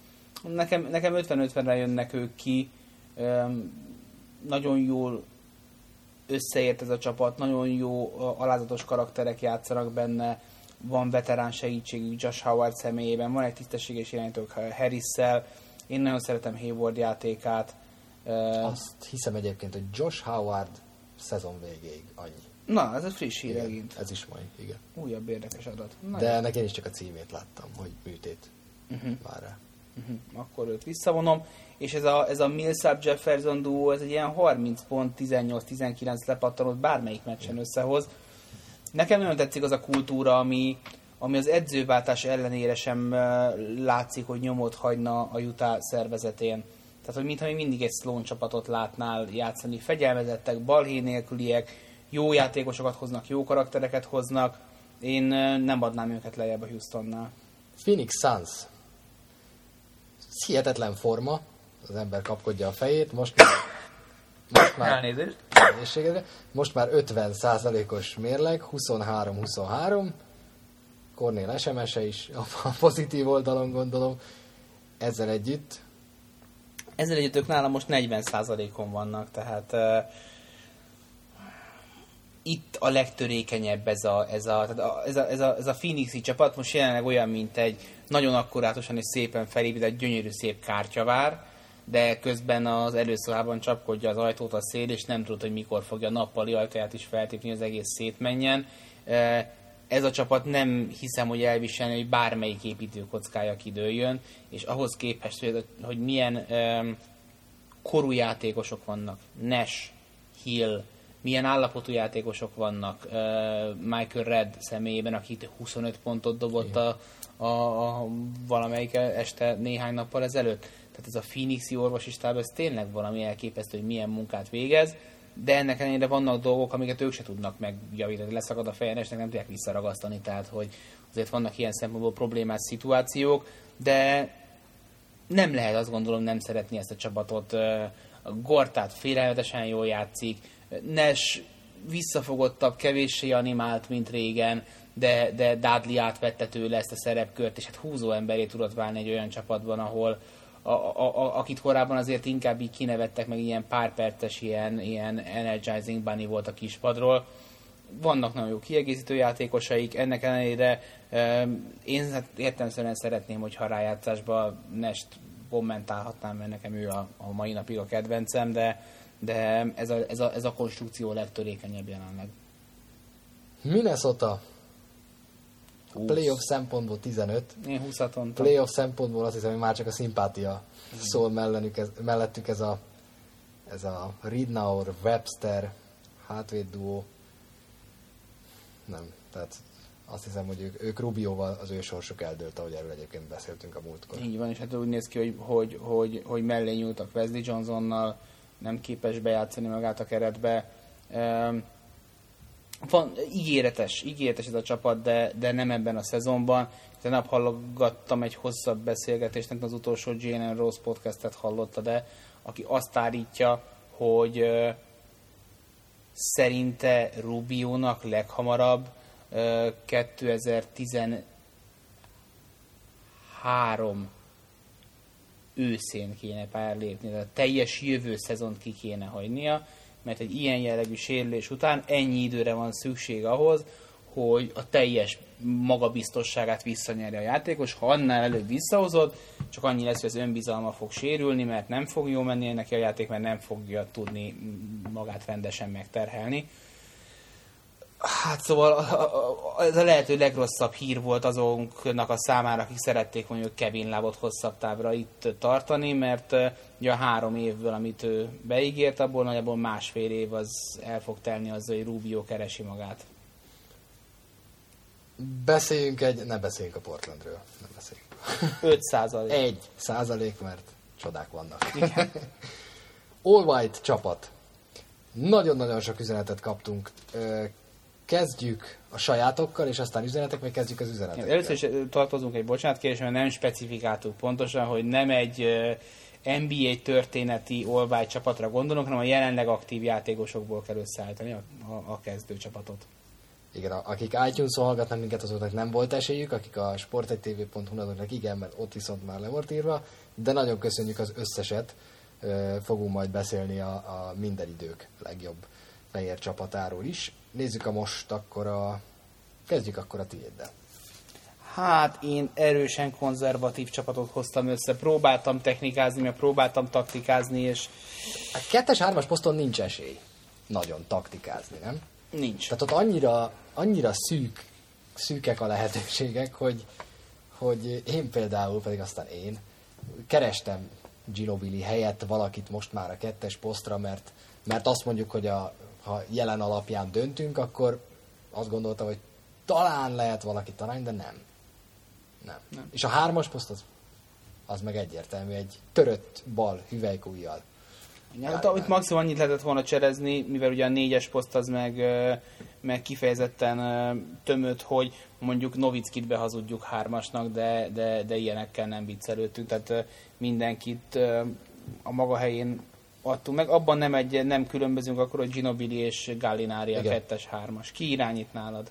Nekem, nekem ötven-ötvenre jönnek ők ki. Nagyon jól összeért ez a csapat, nagyon jó alázatos karakterek játszanak benne, van veterán segítségük Josh Howard személyében, van egy tisztességes irányítók Harris-szel, én nagyon szeretem Hayward játékát. Azt hiszem egyébként, hogy Josh Howard szezon végéig annyi. Na, ez egy friss hír megint. Ez is majd, igen. Újabb érdekes adat. Na, de ennek én is csak a címét láttam, hogy műtét uh-huh. vár rá. Uh-huh. Akkor őt visszavonom, és ez a, ez a Millsap-Jefferson duó, ez egy ilyen harminc pont, tizennyolc-tizenkilenc lepattanót bármelyik meccsen összehoz. Nekem nagyon tetszik az a kultúra, ami, ami az edzőváltás ellenére sem látszik, hogy nyomot hagyna a Utah szervezetén. Tehát, hogy mintha még mindig egy Sloan csapatot látnál játszani. Fegyelmezettek, balhé nélküliek, jó játékosokat hoznak, jó karaktereket hoznak. Én nem adnám őket lejjebb a Houstonnál. Phoenix Suns. Hihetetlen forma. Az ember kapkodja a fejét. Most már, most már, Elnézést. most már ötven százalékos mérleg, huszonhárom huszonhárom. Kornél es em es-e is a pozitív oldalon, gondolom. Ezzel együtt. Ezzel együtt ők nálam most negyven százalékon vannak, tehát uh, itt a legtörékenyebb ez a, ez a, tehát a, ez a, ez a, ez a Phoenixi csapat, most jelenleg olyan, mint egy nagyon akkurátusan és szépen felépített, gyönyörű szép kártyavár, de közben az előszobában csapkodja az ajtót a szél, és nem tudod, hogy mikor fogja a nappali ajtaját is feltépni, hogy az egész szétmenjen. Uh, ez a csapat nem hiszem, hogy elviselni, hogy bármelyik építőkockája kidőljön, és ahhoz képest, hogy, hogy milyen um, korú játékosok vannak, Nash, Hill, milyen állapotú játékosok vannak, uh, Michael Redd személyében, aki huszonöt pontot dobott a, a, a valamelyik este néhány nappal ezelőtt. Tehát ez a Phoenixi orvosi stáb, ez tényleg valami elképesztő, hogy milyen munkát végez, de ennek ellenére vannak dolgok, amiket ők se tudnak megjavítani. Leszakad a fejenesnek, nem tudják visszaragasztani, tehát hogy azért vannak ilyen szempontból problémás szituációk, de nem lehet, azt gondolom, nem szeretni ezt a csapatot. A Gortát félelmetesen jól játszik, Nash visszafogottabb, kevéssé animált, mint régen, de, de Dudley átvette tőle ezt a szerepkört, és hát húzó emberé tudott válni egy olyan csapatban, ahol A, a, a, akit korábban azért inkább így kinevettek, meg ilyen pár perces ilyen, ilyen energizing bunny volt a kispadról. Vannak nagyon jó kiegészítő játékosaik, ennek ellenére e, én hát értelemszerűen szeretném, hogyha rájátszásban Nest kommentálhatnám, mert nekem ő a, a mai napig a kedvencem, de, de ez, a, ez, a, ez a konstrukció legtörékenyebb jelenleg. Minnesota. Playoff szempontból tizenöt. Én húszat mondtam. Playoff szempontból azt hiszem, hogy már csak a szimpátia mm. szól mellenük, ez, mellettük ez a, ez a Ridnour, Webster hátvéd duó. Nem, tehát azt hiszem, hogy ők, ők Rubioval az ő sorsuk eldőlt, ahogy erről egyébként beszéltünk a múltkor. Így van, és hát úgy néz ki, hogy, hogy, hogy, hogy mellé nyúltak Wesley Johnsonnal, nem képes bejátszani magát a keretbe. Um, Van, ígéretes, ígéretes ez a csapat, de, de nem ebben a szezonban. Tegnap hallgattam egy hosszabb beszélgetést, nem az utolsó Jalen Rose podcastet hallotta, de aki azt állítja, hogy uh, szerinte Rubiónak leghamarabb uh, kétezer-tizenhárom őszén kéne pályára lépni, tehát teljes jövő szezont ki kéne hagynia, mert egy ilyen jellegű sérülés után ennyi időre van szükség ahhoz, hogy a teljes magabiztosságát visszanyerje a játékos. Ha annál előbb visszahozod, csak annyi lesz, hogy az önbizalma fog sérülni, mert nem fog jól menni neki a játék, mert nem fogja tudni magát rendesen megterhelni. Hát szóval ez a lehető legrosszabb hír volt azoknak a számára, akik szerették mondjuk Kevin Love-ot hosszabb távra itt tartani, mert ugye a három évből, amit ő beígért, abból nagyjából másfél év az el fog telni azzal, hogy Rubio keresi magát. Beszéljünk egy... Ne beszéljünk a Portlandről. Nem beszéljünk. öt százalék. Egy százalék, mert csodák vannak. All White csapat. Nagyon-nagyon sok üzenetet kaptunk. Kezdjük a sajátokkal, és aztán üzenetek, vagy kezdjük az üzenetekkel? Először is tartozunk egy bocsánatkérés, mert nem specifikáltuk pontosan, hogy nem egy en bé á történeti All White csapatra gondolunk, hanem a jelenleg aktív játékosokból kell összeállítani a, a, a kezdőcsapatot. Igen, akik iTunes-on hallgatnak minket, azoknak nem volt esélyük, akik a sport egy té vé pont hu azoknak igen, mert ott viszont már le volt írva, de nagyon köszönjük az összeset, fogunk majd beszélni a, a minden idők legjobb fehér csapatáról is. Nézzük a most akkor a... Kezdjük akkor a tiéddel. Hát én erősen konzervatív csapatot hoztam össze. Próbáltam technikázni, meg próbáltam taktikázni, és... A kettes-hármas poszton nincs esély nagyon taktikázni, nem? Nincs. Tehát ott annyira, annyira szűk, szűkek a lehetőségek, hogy, hogy én például, pedig aztán én, kerestem Ginobili helyett valakit most már a kettes posztra, mert, mert azt mondjuk, hogy a, ha jelen alapján döntünk, akkor azt gondoltam, hogy talán lehet valaki talán, de nem. Nem. nem. És a hármas poszt az, az meg egyértelmű, egy törött bal hüvelykújjal. Ja, itt maximum annyit lehetett volna cserezni, mivel ugye a négyes poszt az meg, meg kifejezetten tömött, hogy mondjuk Nowickit behazudjuk hármasnak, de, de, de ilyenekkel nem viccelődtünk, tehát mindenkit a maga helyén adtunk meg. Abban nem, egy, nem különbözünk akkor, hogy Ginobili és Gallinari a kettes-hármas. Ki irányít nálad?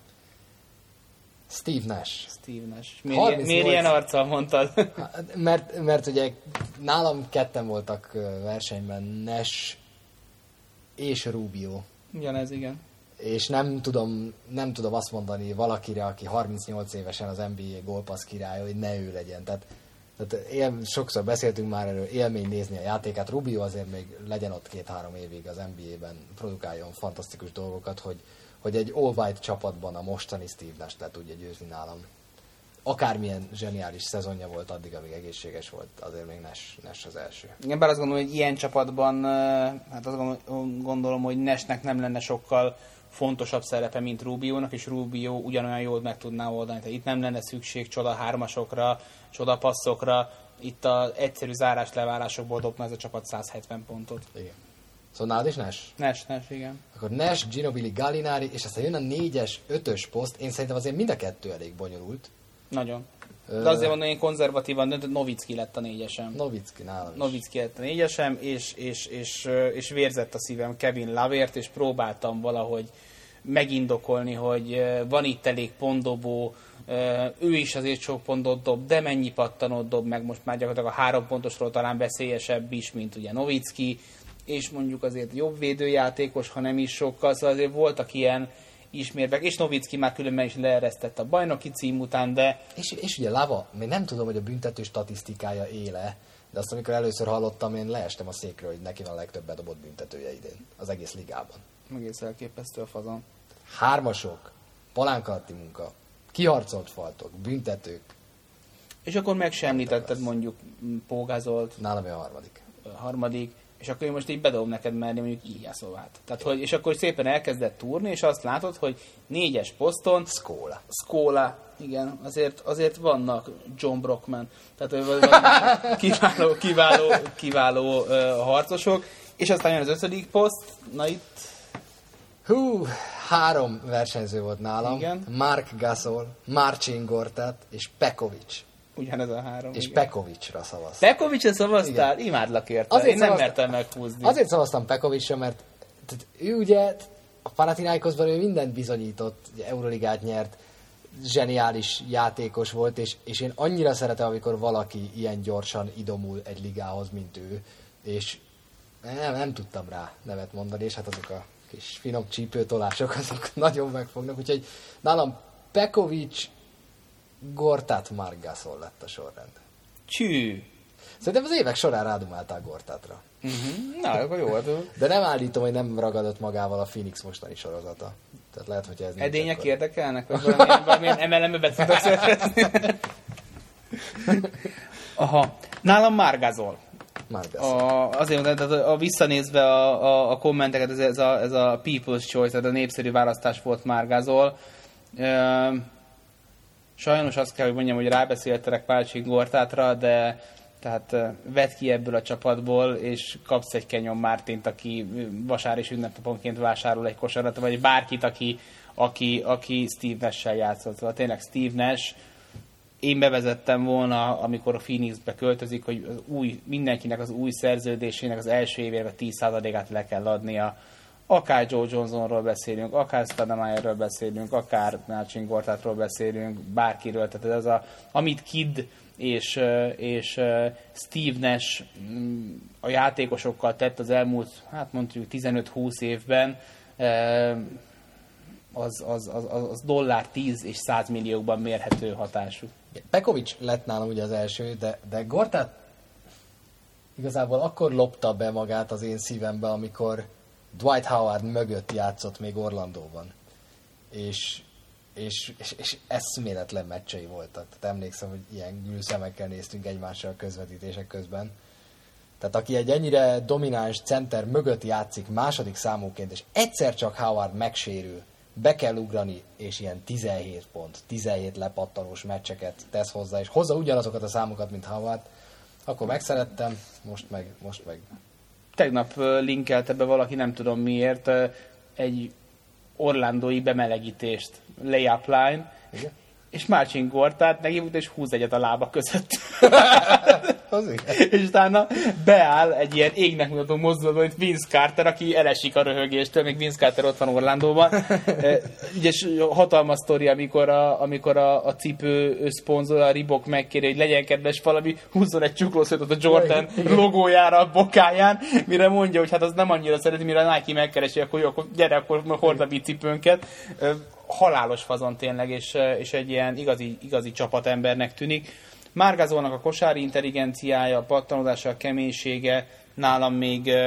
Steve Nash. Steve Nash. Miért, miért ilyen arccal mondtad? mert, mert ugye nálam ketten voltak versenyben, Nash és Rubio. Ugyanez, igen. És nem tudom, nem tudom azt mondani valakire, aki harmincnyolc évesen az en bé á gólpassz király, hogy ne ő legyen. Tehát, tehát él, sokszor beszéltünk már erről, élmény nézni a játékát. Rubio azért még legyen ott két-három évig az en bé á-ben, produkáljon fantasztikus dolgokat, hogy hogy egy all-white csapatban a mostani Steve Nash le tudja győzni nálam. Akármilyen zseniális szezonja volt addig, amíg egészséges volt, azért még Nash, Nash az első. Igen, bár azt gondolom, hogy ilyen csapatban, hát azt gondolom, hogy Nashnek nem lenne sokkal fontosabb szerepe, mint Rubionak, és Rubio ugyanolyan jól meg tudná oldani. Tehát itt nem lenne szükség csoda hármasokra, csoda passzokra, itt az egyszerű zárás-levárásokból dobna ez a csapat száz hetven pontot. Igen. Szóval nálad is Nash? Nash, Nash, igen. Akkor Nash, Ginobili, Gallinari, és aztán jön a négyes, ötös poszt. Én szerintem azért mind a kettő elég bonyolult. Nagyon. De azért mondom, hogy én konzervatívan döntött, Nowitzki lett a négyesem. Nowitzki nálam is. Nowitzki lett a négyesem, és, és, és, és vérzett a szívem Kevin Loveért, és próbáltam valahogy megindokolni, hogy van itt elég pontdobó, ő is azért sok pontot dob, de mennyi pattanót dob, meg most már gyakorlatilag a három pontosról talán veszélyesebb is, mint ugye Nowitzki, és mondjuk azért jobb védőjátékos, ha nem is sokkal, szóval azért voltak ilyen ismérvek, és Nowitzki már különben is leeresztett a bajnoki cím után, de... És, és ugye Lava, még nem tudom, hogy a büntető statisztikája éle, de azt amikor először hallottam, én leestem a székről, hogy neki van a legtöbb bedobott büntetője idén, az egész ligában. Egész elképesztő a fazon. Hármasok, palánkarti munka, kiharcolt faltok, büntetők. És akkor meg sem említetted mondjuk Pógázolt. Nálam a harmadik. A harmadik. És akkor én most így bedobom neked merni mondjuk Ilyászovát. Tehát, hogy, és akkor szépen elkezdett túrni, és azt látod, hogy négyes poszton... Szkóla. Szkóla, igen, azért, azért vannak John Brockman. Tehát vannak kiváló, kiváló, kiváló uh, harcosok. És aztán jön az ötödik poszt, na itt... Hú, három versenyző volt nálam. Igen. Mark Gasol, Marcin Gortat és Pekovic. Ugyanez a három. És igen. Pekovicra szavaztam. Pekovicra szavaztál? Igen. Imádlak érte. Azért én nem mertem meghúzni. Azért szavaztam Pekovicra, mert tehát ő ugye a Panathinaikosban ő mindent bizonyított, Euroligát nyert, zseniális játékos volt, és, és én annyira szeretem, amikor valaki ilyen gyorsan idomul egy ligához, mint ő, és nem, nem tudtam rá nevet mondani, és hát azok a kis finom csípőtolások, azok nagyon megfognak, úgyhogy nálam Pekovic, Gortat, Mark Gasol lett a sorrend. Csű! Szerintem az évek során rádumáltál Gortatra. Uh-huh. Na, akkor jó. De nem állítom, hogy nem ragadott magával a Phoenix mostani sorozata. Tehát lehet, hogy ez edények akkor... érdekelnek? Vagy valamilyen, valamilyen em el em-be be tudok szervezni? Aha. Nálam Mark Gasol. A, azért, tehát a, a visszanézve a, a, a kommenteket, ez, ez, a, ez a People's Choice, tehát a népszerű választás volt Mark Gasol. Üm, sajnos azt kell, hogy mondjam, hogy rábeszéltelek Pálcsik Gortátra, de tehát vedd ki ebből a csapatból, és kapsz egy Kenyon Martint, aki vasár és ünnepnaponként vásárol egy kosarat, vagy bárkit, aki, aki, aki Steve Nash-sel játszott. Szóval tényleg Steve Nash, én bevezettem volna, amikor a Phoenixbe költözik, hogy az új, mindenkinek az új szerződésének az első évére a tíz százalékát le kell adnia akár Joe Johnsonról beszélünk, akár Stoudemireről beszélünk, akár Marcin Gortatról beszélünk, bárkiről, tehát ez a, amit Kidd és, és Steve Nash a játékosokkal tett az elmúlt, hát mondjuk tizenöt-húsz évben, az, az, az, az dollár tíz és száz milliókban mérhető hatású. Pekovic lett nálam ugye az első, de, de Gortat igazából akkor lopta be magát az én szívembe, amikor Dwight Howard mögött játszott még Orlandóban. És, és, és, és eszméletlen meccsei voltak. Tehát emlékszem, hogy ilyen gülszemekkel néztünk egymással a közvetítések közben. Tehát aki egy ennyire domináns center mögött játszik második számúként, és egyszer csak Howard megsérül, be kell ugrani, és ilyen tizenhét pont, tizenhét lepattanós meccseket tesz hozzá, és hozza ugyanazokat a számokat, mint Howard, akkor megszerettem, most meg, most meg. Tegnap linkelte be valaki, nem tudom miért, egy orlandói bemelegítést, layup line, igen? És Marcin Gortat neki volt, és húz egyet a lába között. És utána beáll egy ilyen égnek mutató mozdulatban, mint Vince Carter, aki elesik a röhögéstől, még Vince Carter ott van Orlandóban. Ugye hatalmas sztori, amikor a, amikor a, a cipő szponzor, a Reebok megkéri, hogy legyen kedves valami, húzzon egy csuklószövetet a Jordan logójára a bokáján, mire mondja, hogy hát az nem annyira szereti, mire a Nike megkeresi, akkor jó, akkor gyere, akkor hord a mi cipőnket. Halálos fazon tényleg, és, és egy ilyen igazi, igazi csapatembernek tűnik. Margassolnak a kosári intelligenciája, a pattanodása, a keménysége nálam még ö,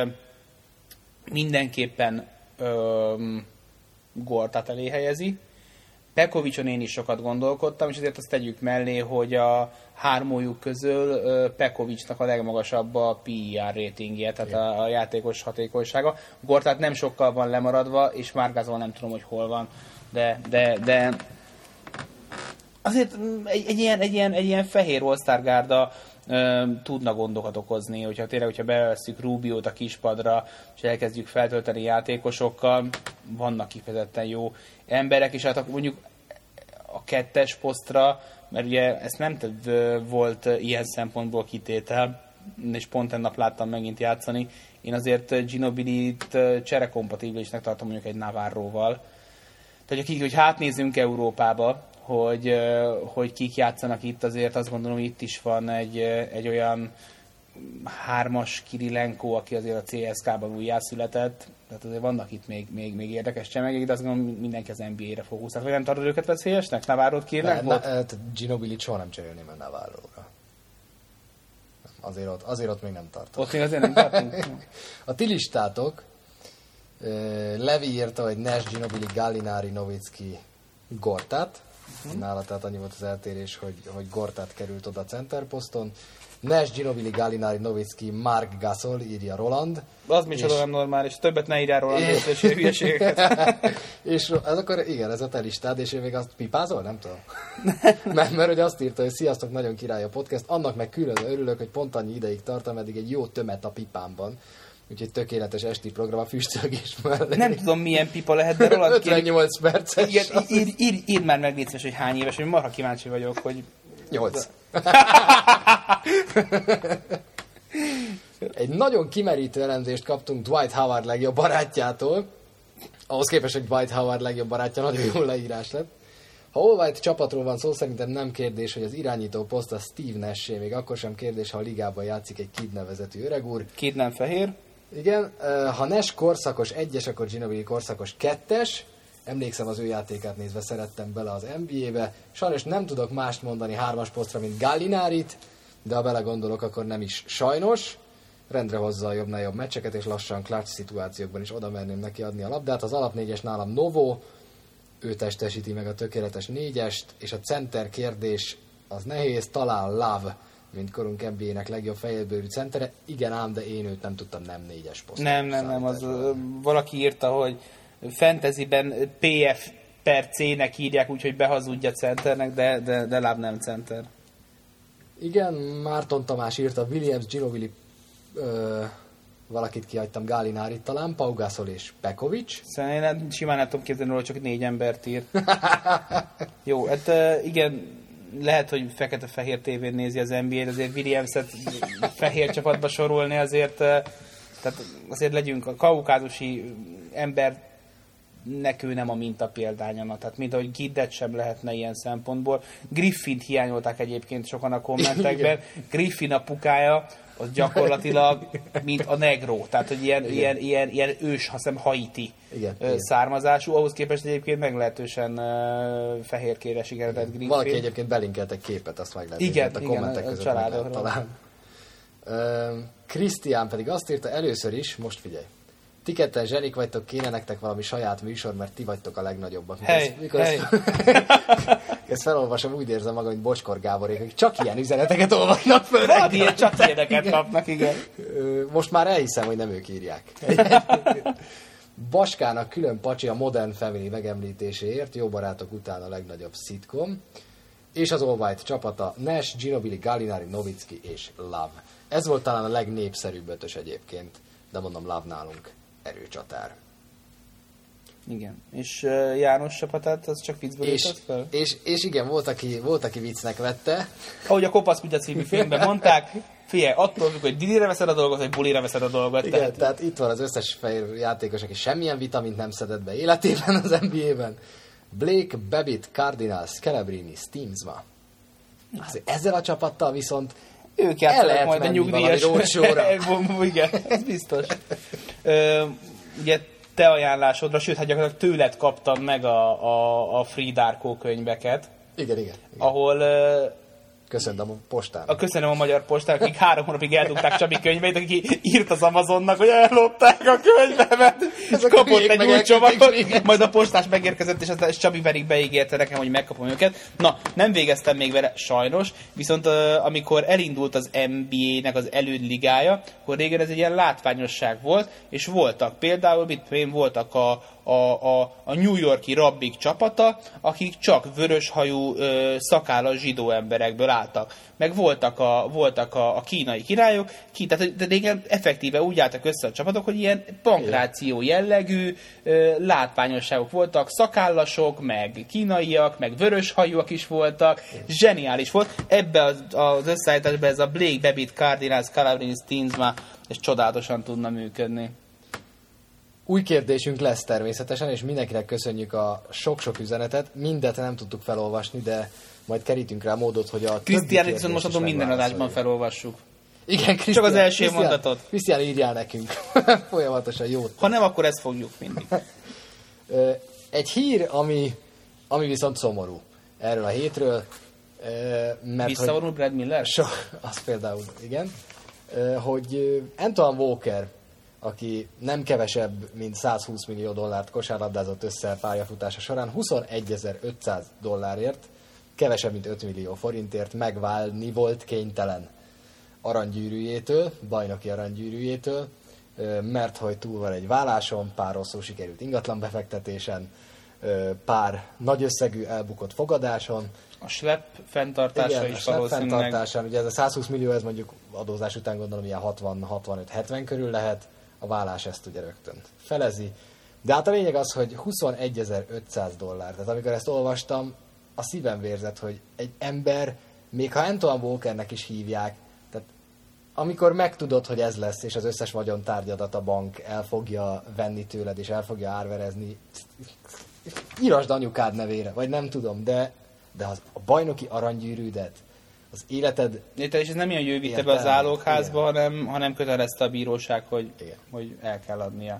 mindenképpen ö, Gortat elé helyezi. Pekovicson én is sokat gondolkodtam, és ezért azt tegyük mellé, hogy a hármójuk közül ö, Pekovicsnak a legmagasabb a pé i er ratingje, tehát a, a játékos hatékonysága. Gortat nem sokkal van lemaradva, és Margassol nem tudom, hogy hol van. De, de, de azért egy, egy, ilyen, egy, ilyen, egy ilyen fehér All-Star gárda ö, tudna gondokat okozni, hogyha tényleg, hogyha bevesszük Rubiót a kispadra, és elkezdjük feltölteni játékosokkal, vannak kifejezetten jó emberek, és hát mondjuk a kettes posztra, mert ugye ezt nem tett, volt ilyen szempontból kitétel, és pont ennap láttam megint játszani, én azért Ginobili-t cserekompatibilisnek tartom mondjuk egy Navarroval. Tehát, hogy, hogy hátnézzünk Európába, hogy, hogy kik játszanak itt, azért azt gondolom, hogy itt is van egy, egy olyan hármas Kirilenko, aki azért a cé es ká-ban újjászületett. Tehát azért vannak itt még, még, még érdekes csemegek, de azt gondolom, mindenki az en bé á-re fókuszál. Vagy nem tartod őket veszélyesnek? Navarrót Kirilenkót? Na, Ginobili soha nem cserélném a Navarróra. Azért ott, azért ott még nem tartok. Ott még azért nem tartunk? A ti listátok, Levi írta, hogy Nash, Ginobili, Gallinari, Nowitzki, Gortat. Uh-huh. Nála tehát annyi volt az eltérés, hogy, hogy Gortat került oda a centerposzton. Nash, Ginobili, Gallinari, Nowitzki, Mark Gasol, írja Roland. Az micsoda és... nem normális, többet ne írjál Roland, és hülyeségeket. És ez akkor, igen, ez a te listád, és ő még azt pipázol? Nem tudom. mert, mert hogy azt írta, hogy sziasztok, nagyon király a podcast, annak meg külön örülök, hogy pont annyi ideig tart, ameddig egy jó tömet a pipámban. Úgyhogy tökéletes esti program a füstölgés mellé. Nem tudom, milyen pipa lehet, de Roland ötvennyolc perces. Igen, ír, ír, ír már meg létszes, hogy hány éves, hogy marha kíváncsi vagyok, hogy... nyolc. Egy nagyon kimerítő elemzést kaptunk Dwight Howard legjobb barátjától. Ahhoz képest, hogy Dwight Howard legjobb barátja nagyon jó leírás lett. Ha All White csapatról van szó, szerintem nem kérdés, hogy az irányító poszt a Steve Nash-é, még akkor sem kérdés, ha a ligában játszik egy Kidd nevezetű öregúr. Kidd nem fehér. Igen, ha Nash korszakos egyes, akkor Ginobili korszakos kettes. Emlékszem, az ő játékát nézve szerettem bele az en bé á-be. Sajnos nem tudok mást mondani hármas posztra, mint Gallinarit, de ha belegondolok, akkor nem is sajnos. Rendre hozza a jobbnál jobb meccseket, és lassan clutch szituációkban is oda merném neki adni a labdát. Az alapnégyes nálam Novo, ő testesíti meg a tökéletes négyest, és a center kérdés az nehéz, talán Love, mint korunk en bé á-nek legjobb fehérbőrű centere. Igen ám, de én őt nem tudtam nem négyes posztra. Nem, nem, nem, az valaki írta, hogy fantasyben pé ef per C-nek írják, úgyhogy behazudja centernek, de, de, de Love nem center. Igen, Márton Tamás írta, Williams, Ginobili, ö, valakit kihagytam, Gallinari talán, Pau Gasol és Pekovic. Szerintem én simán nem tudom képzelni, hogy csak négy embert ír. Jó, hát igen, lehet, hogy fekete-fehér tévén nézi az en bé á-t, azért Williams-et fehér csapatba sorolni azért, tehát Tehát azért legyünk a kaukázusi ember, nekő nem a minta példányana, tehát mint ahogy Giddet sem lehetne ilyen szempontból. Griffint hiányolták egyébként sokan a kommentekben. Griffin a pukája, az gyakorlatilag mint a negró, tehát hogy ilyen, ilyen, ilyen, ilyen ős, azt hiszem haiti igen, származású, ahhoz képest egyébként meglehetősen uh, fehérkére sikeredett Griffin. Valaki egyébként belinkelt egy képet, azt meg lehet igen, a igen, kommentek a között meg lehet talán. Krisztián uh, pedig azt írta először is, most figyelj, ti ketten zsenik vagytok, kéne nektek valami saját műsor, mert ti vagytok a legnagyobbak. Hey, mikor hey. Ezt felolvasom, úgy érzem magam, hogy Bocskor Gáborék, hogy csak ilyen üzeneteket olvasnak föl. Van ilyen, csak ilyeneket kapnak, igen. Most már elhiszem, hogy nem ők írják. Baskának külön pacsi a Modern Family megemlítéséért, Jó barátok után a legnagyobb szitkom, és az All White csapata Nash, Ginobili, Gallinari, Nowitzki és Love. Ez volt talán a legnépszerűbb ötös egyébként, de mondom, Love nálunk erőcsatár. Igen. És uh, János csapatát, az csak viccből és, jutott fel? És, és igen, volt aki, volt, aki viccnek vette. Ahogy a Kopasz Kutya című filmben mondták, figyelj, attól függ, hogy dilire veszed a dolgot, vagy bulira veszed a dolgot. Igen, tehát... tehát itt van az összes fehér játékos, aki semmilyen vitamint nem szedett be életében az en bé á-ben. Blake, Babbitt, Cardinals, Celebrini, Steamsma. Azért ezzel a csapattal viszont ők játszanak majd a nyugdíjas igen, ez biztos. Ö, ugye te ajánlásodra, sőt, hát gyakorlatilag tőled kaptam meg a, a, a Free Darko könyveket. Igen, igen. igen. Ahol... Ö, köszönöm a postán. A köszönöm a Magyar Postának, akik három hónapig eldugták Csabi könyveit, akik írt az Amazonnak, hogy ellopták a könyvemet, és kapott egy új csomagot, majd a postás megérkezett, és, az, és Csabi pedig beígérte nekem, hogy megkapom őket. Na, nem végeztem még vele, sajnos, viszont uh, amikor elindult az en bé á-nek az elődligája, akkor régen ez egy ilyen látványosság volt, és voltak például, mit voltak a A, a, a New Yorki rabbik csapata, akik csak vöröshajú, ö, szakállas zsidó emberekből álltak. Meg voltak a, voltak a, a kínai királyok, ki, tehát de régen effektíve úgy álltak össze a csapatok, hogy ilyen pankráció jellegű ö, látványosságok voltak, szakállasok, meg kínaiak, meg vöröshajúak is voltak, zseniális volt. Ebbe az, az összeállításban ez a Blake, Babbitt, Cardinals, Calabrini, Steamsma, és csodálatosan tudna működni. Új kérdésünk lesz természetesen, és mindenkinek köszönjük a sok-sok üzenetet. Mindet nem tudtuk felolvasni, de majd kerítünk rá módot, hogy a Krisztián, viszont most adom minden adásban felolvassuk. Igen, Krisztián. Csak az első mondatot. Krisztián, írjál nekünk. Folyamatosan jót. Ha nem, akkor ezt fogjuk mindig. Egy hír, ami, ami viszont szomorú erről a hétről. Mert visszavonul Brad Miller? So, az például, igen. Hogy Antoine Walker, aki nem kevesebb, mint százhúsz millió dollárt kosárlabdázott össze pályafutása során, huszonegyezer-ötszáz dollárért, kevesebb, mint öt millió forintért megválni volt kénytelen aranygyűrűjétől, bajnoki aranygyűrűjétől, mert hogy túl van egy válláson, pár rosszul sikerült ingatlan befektetésen, pár nagy összegű elbukott fogadáson. A slep fenntartása igen, is a valószínűleg. fenntartásán, ugye ez a százhúsz millió, ez mondjuk adózás után gondolom ilyen hatvan-hatvanöt-hetven körül lehet, a vállás ezt ugye rögtön felezi. De hát a lényeg az, hogy huszonegyezer-ötszáz dollár. Tehát amikor ezt olvastam, a szívem vérzett, hogy egy ember, még ha Antoine Walkernek is hívják, tehát amikor megtudod, hogy ez lesz, és az összes vagyontárgyadat a bank el fogja venni tőled, és el fogja árverezni, írasd anyukád nevére, vagy nem tudom, de, de az, a bajnoki aranygyűrűdet, az életed... Érted, és ez nem ilyen, hogy ő vitte be a zálógházba, hanem, hanem kötelezte a bíróság, hogy, hogy el kell adnia.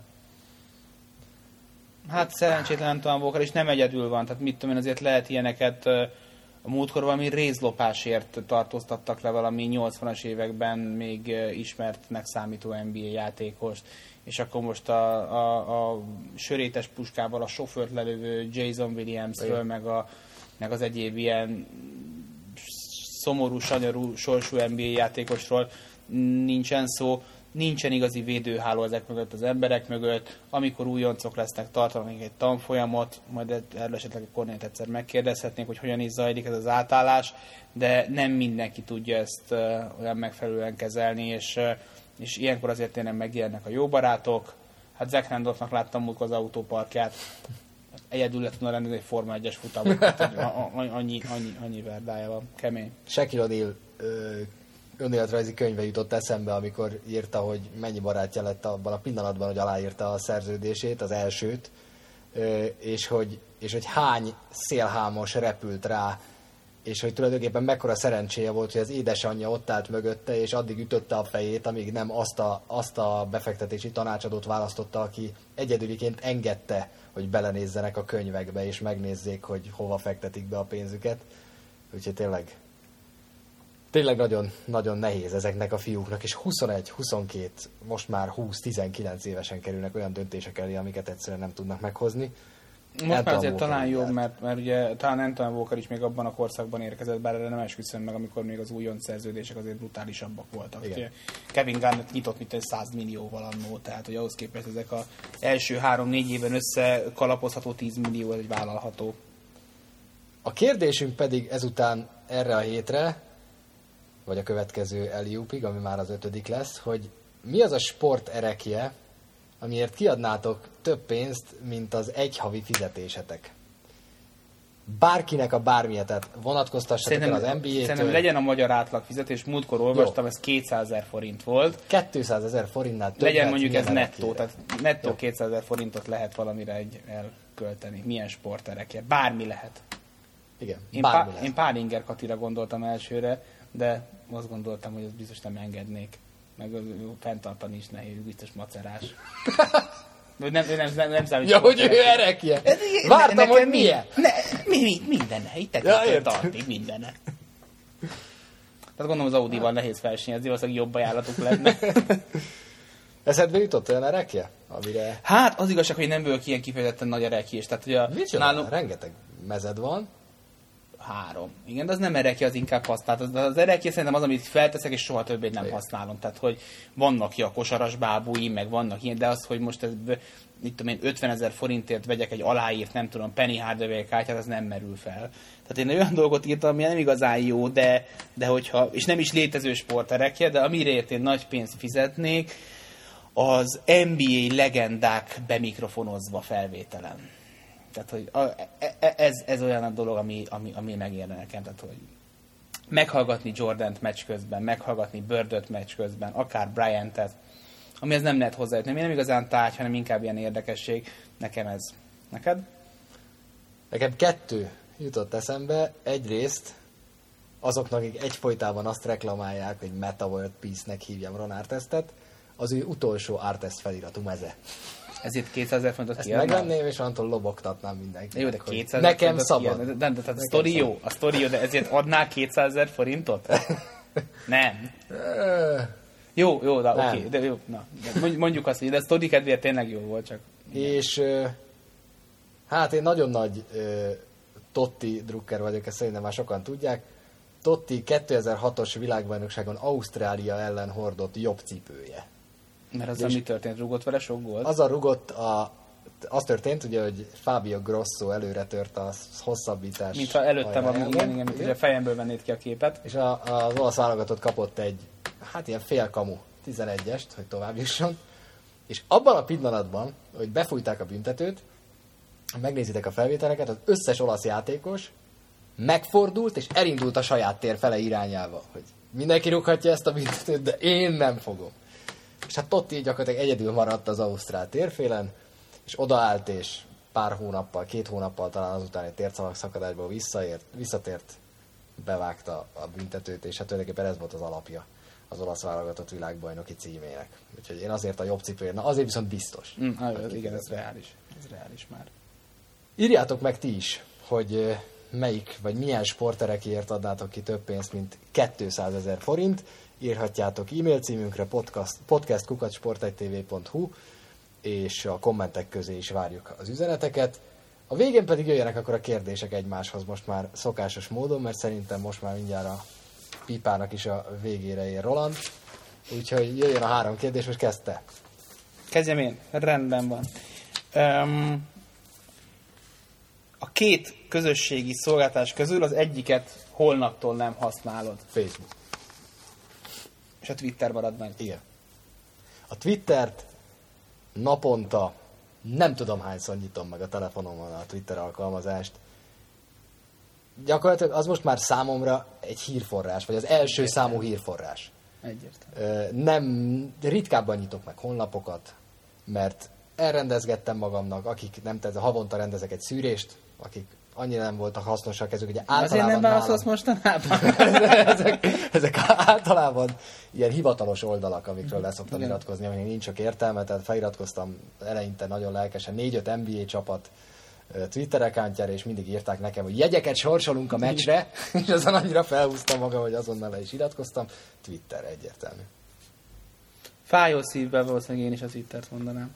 Hát szerencsétlen Antoine Walker, és nem egyedül van, tehát mit tudom én, azért lehet ilyeneket, a múltkor valami rézlopásért tartóztattak le valami nyolcvanas években még ismertnek számító en bé á játékost, és akkor most a, a, a sörétes puskával a sofőrt lelövő Jason Williamsről, meg, a, meg az egyéb ilyen szomorú, sanyarú, sorsú en bé á játékosról nincsen szó, nincsen igazi védőháló ezek mögött az emberek mögött, amikor újoncok lesznek, tartanak egy tanfolyamot, majd erről esetleg a Kornélt egyszer megkérdezhetnénk, hogy hogyan is zajlik ez az átállás, de nem mindenki tudja ezt uh, olyan megfelelően kezelni, és, uh, és ilyenkor azért tényleg megjelennek a jó barátok. Hát Zach Randolphnak láttam múltkor az autóparkját, egyedül lett volna rendezni egy Forma egyes futamot, annyi, annyi, annyi verdája van, kemény. Shaquille O'Neal önéletrajzi könyve jutott eszembe, amikor írta, hogy mennyi barátja lett abban a pillanatban, hogy aláírta a szerződését, az elsőt, és hogy, és hogy hány szélhámos repült rá, és hogy tulajdonképpen mekkora szerencséje volt, hogy az édesanyja ott állt mögötte, és addig ütötte a fejét, amíg nem azt a, azt a befektetési tanácsadót választotta, aki egyedüliként engedte, hogy belenézzenek a könyvekbe, és megnézzék, hogy hova fektetik be a pénzüket. Úgyhogy tényleg, tényleg nagyon, nagyon nehéz ezeknek a fiúknak, és huszonegy, huszonkét, most már húsz-tizenkilenc évesen kerülnek olyan döntések elé, amiket egyszerűen nem tudnak meghozni. Most már azért talán jobb, mert, mert ugye talán Antoine Walker is még abban a korszakban érkezett, bár erre nem esküszöm meg, amikor még az újonc szerződések azért brutálisabbak voltak. Ugye Kevin Garnett nyitott mint egy száz millióval annó, tehát hogy ahhoz képest ezek az első három-négy évben összekalapozható tíz millió, ez egy vállalható. A kérdésünk pedig ezután erre a hétre, vagy a következő Eliupig, ami már az ötödik lesz, hogy mi az a sport erekje, amiért kiadnátok több pénzt, mint az egy havi fizetésetek. Bárkinek a bármilyen, tehát vonatkoztassatok el az en bé á-től. Szerintem legyen a magyar átlag fizetés, múltkor olvastam, jó. Ez kétszázezer forint volt. kétszázezer forintnál többet. Legyen mondjuk ez nettó, tehát nettó kétszázezer forintot lehet valamire egy elkölteni. Milyen sporterekje? Bármi lehet. Igen, én, bármi pá- lehet. Én Pálinger Katira gondoltam elsőre, de azt gondoltam, hogy ezt biztos nem engednék. Meg fenntartani is nehéz, biztos macerás. Nem, nem, nem, nem, nem számít. Ja, hogy ő erekje. Vártam, ne, hogy milyen. Ne, mi, mi, mindenne, itt ja, tartig, mindenne. Tehát gondolom az Audival nehéz versenyezni, valószínűleg jobb ajánlatuk lenne. Eszedbe jutott olyan erekje? Amire... Hát az igazság, hogy nem bőlök ilyen kifejezetten nagy erekje, tehát hogy a... Micsoda? Nálunk... Rengeteg mezed van. Három. Igen, de az nem erekje, az inkább használt. Az, az erekje szerintem az, amit felteszek, és soha többé nem igen. használom. Tehát, hogy vannak ki a kosaras bábúim, meg vannak ilyen, de az, hogy most ez, mit tudom én, ötvenezer forintért vegyek egy aláírt, nem tudom, Penny Hardaway kártyát, az nem merül fel. Tehát én olyan dolgot írtam, ami nem igazán jó, de, de hogyha, és nem is létező sport erekje, de amireért én nagy pénzt fizetnék, az en bé á legendák bemikrofonozva felvételen. Tehát, hogy a, ez, ez olyan a dolog, ami, ami, ami megérne nekem. Tehát, hogy meghallgatni Jordant meccs közben, meghallgatni Birdöt meccs közben, akár Bryantet, amihez nem lehet hozzájutni. Nem igazán tárgy, hanem inkább ilyen érdekesség. Nekem ez. Neked? Nekem kettő jutott eszembe. Egyrészt azoknak, akik egyfolytában azt reklamálják, hogy Meta World Peace-nek hívjam Ron Artestet, az ő utolsó Artest feliratú meze. Ezért kétszázezer forintot kiadnál? Ezt megvenném, és antól lobogtatnám mindenkinek. Jó, de kétszázezer nekem szabad. De, de, de, de a sztori jó, a sztori jó, de ezért adnál kétszázezer forintot? Nem. Jó, jó, de oké, okay, de jó, na. Mondjuk azt, hogy de a sztori kedvéért tényleg jó volt, csak... És hát én nagyon nagy Totti drukker vagyok, ezt szerintem már sokan tudják. Totti kétezer-hatos világbajnokságon Ausztrália ellen hordott jobb cipője. Mert azzal mi történt? Rugott vele sok gólt? Az a rugott, a, az történt, ugye, hogy Fabio Grosso előre tört a hosszabbítás. Mintha előttem van, igen, igen, igen, mint hogy a fejemből vennéd ki a képet. És a, az olasz válogatott kapott egy, hát ilyen félkamu tizenegyest, hogy tovább jusson. És abban a pillanatban, hogy befújták a büntetőt, megnézitek a felvételeket, az összes olasz játékos megfordult, és elindult a saját tér fele irányába, hogy mindenki rúghatja ezt a büntetőt, de én nem fogom. És hát Totti gyakorlatilag egyedül maradt az ausztrál térfélen, és odaállt, és pár hónappal, két hónappal talán azután egy tércavak szakadásból visszaért, visszatért, bevágta a büntetőt, és hát tulajdonképpen ez volt az alapja az olasz válogatott világbajnoki címének. Úgyhogy én azért a jobb cipőért, na azért viszont biztos. Mm, hát, igen, ez reális. Ez reális már. Írjátok meg ti is, hogy melyik, vagy milyen sporterekért adnátok ki több pénzt, mint kétszázezer forint. Írhatjátok e-mail címünkre podcast, podcast kukac sport egy té vé pont hu, és a kommentek közé is várjuk az üzeneteket. A végén pedig jöjjenek akkor a kérdések egymáshoz most már szokásos módon, mert szerintem most már mindjárt a pipának is a végére ér Roland. Úgyhogy jöjjön a három kérdés, most kezd te. Kezdjem én, rendben van. Um, a két közösségi szolgáltatás közül az egyiket holnaptól nem használod. Facebook. És a Twitter marad meg. Igen. A Twittert naponta nem tudom hányszor nyitom meg a telefonomon a Twitter alkalmazást. gyakorlatilag az most már számomra egy hírforrás, vagy az első Egyértelmű. számú hírforrás. Egyértelmű. Nem, ritkábban nyitok meg honlapokat, mert elrendezgettem magamnak, akik nem tesz, havonta rendezek egy szűrést, akik annyira nem voltak hasznosak ezek, ugye általában Azért nem válaszolsz nálam, mostanában? ezek, ezek általában ilyen hivatalos oldalak, amikről leszoktam Igen. iratkozni, aminek nincs sok értelme, tehát feliratkoztam eleinte nagyon lelkesen négy-öt en bé á csapat Twitter accountjára, és mindig írták nekem, hogy jegyeket sorsolunk a meccsre, és azon annyira felhúztam magam, hogy azonnal le is iratkoztam. Twitter egyértelmű. Fájó szívvel valószínűleg én is a Twittert mondanám.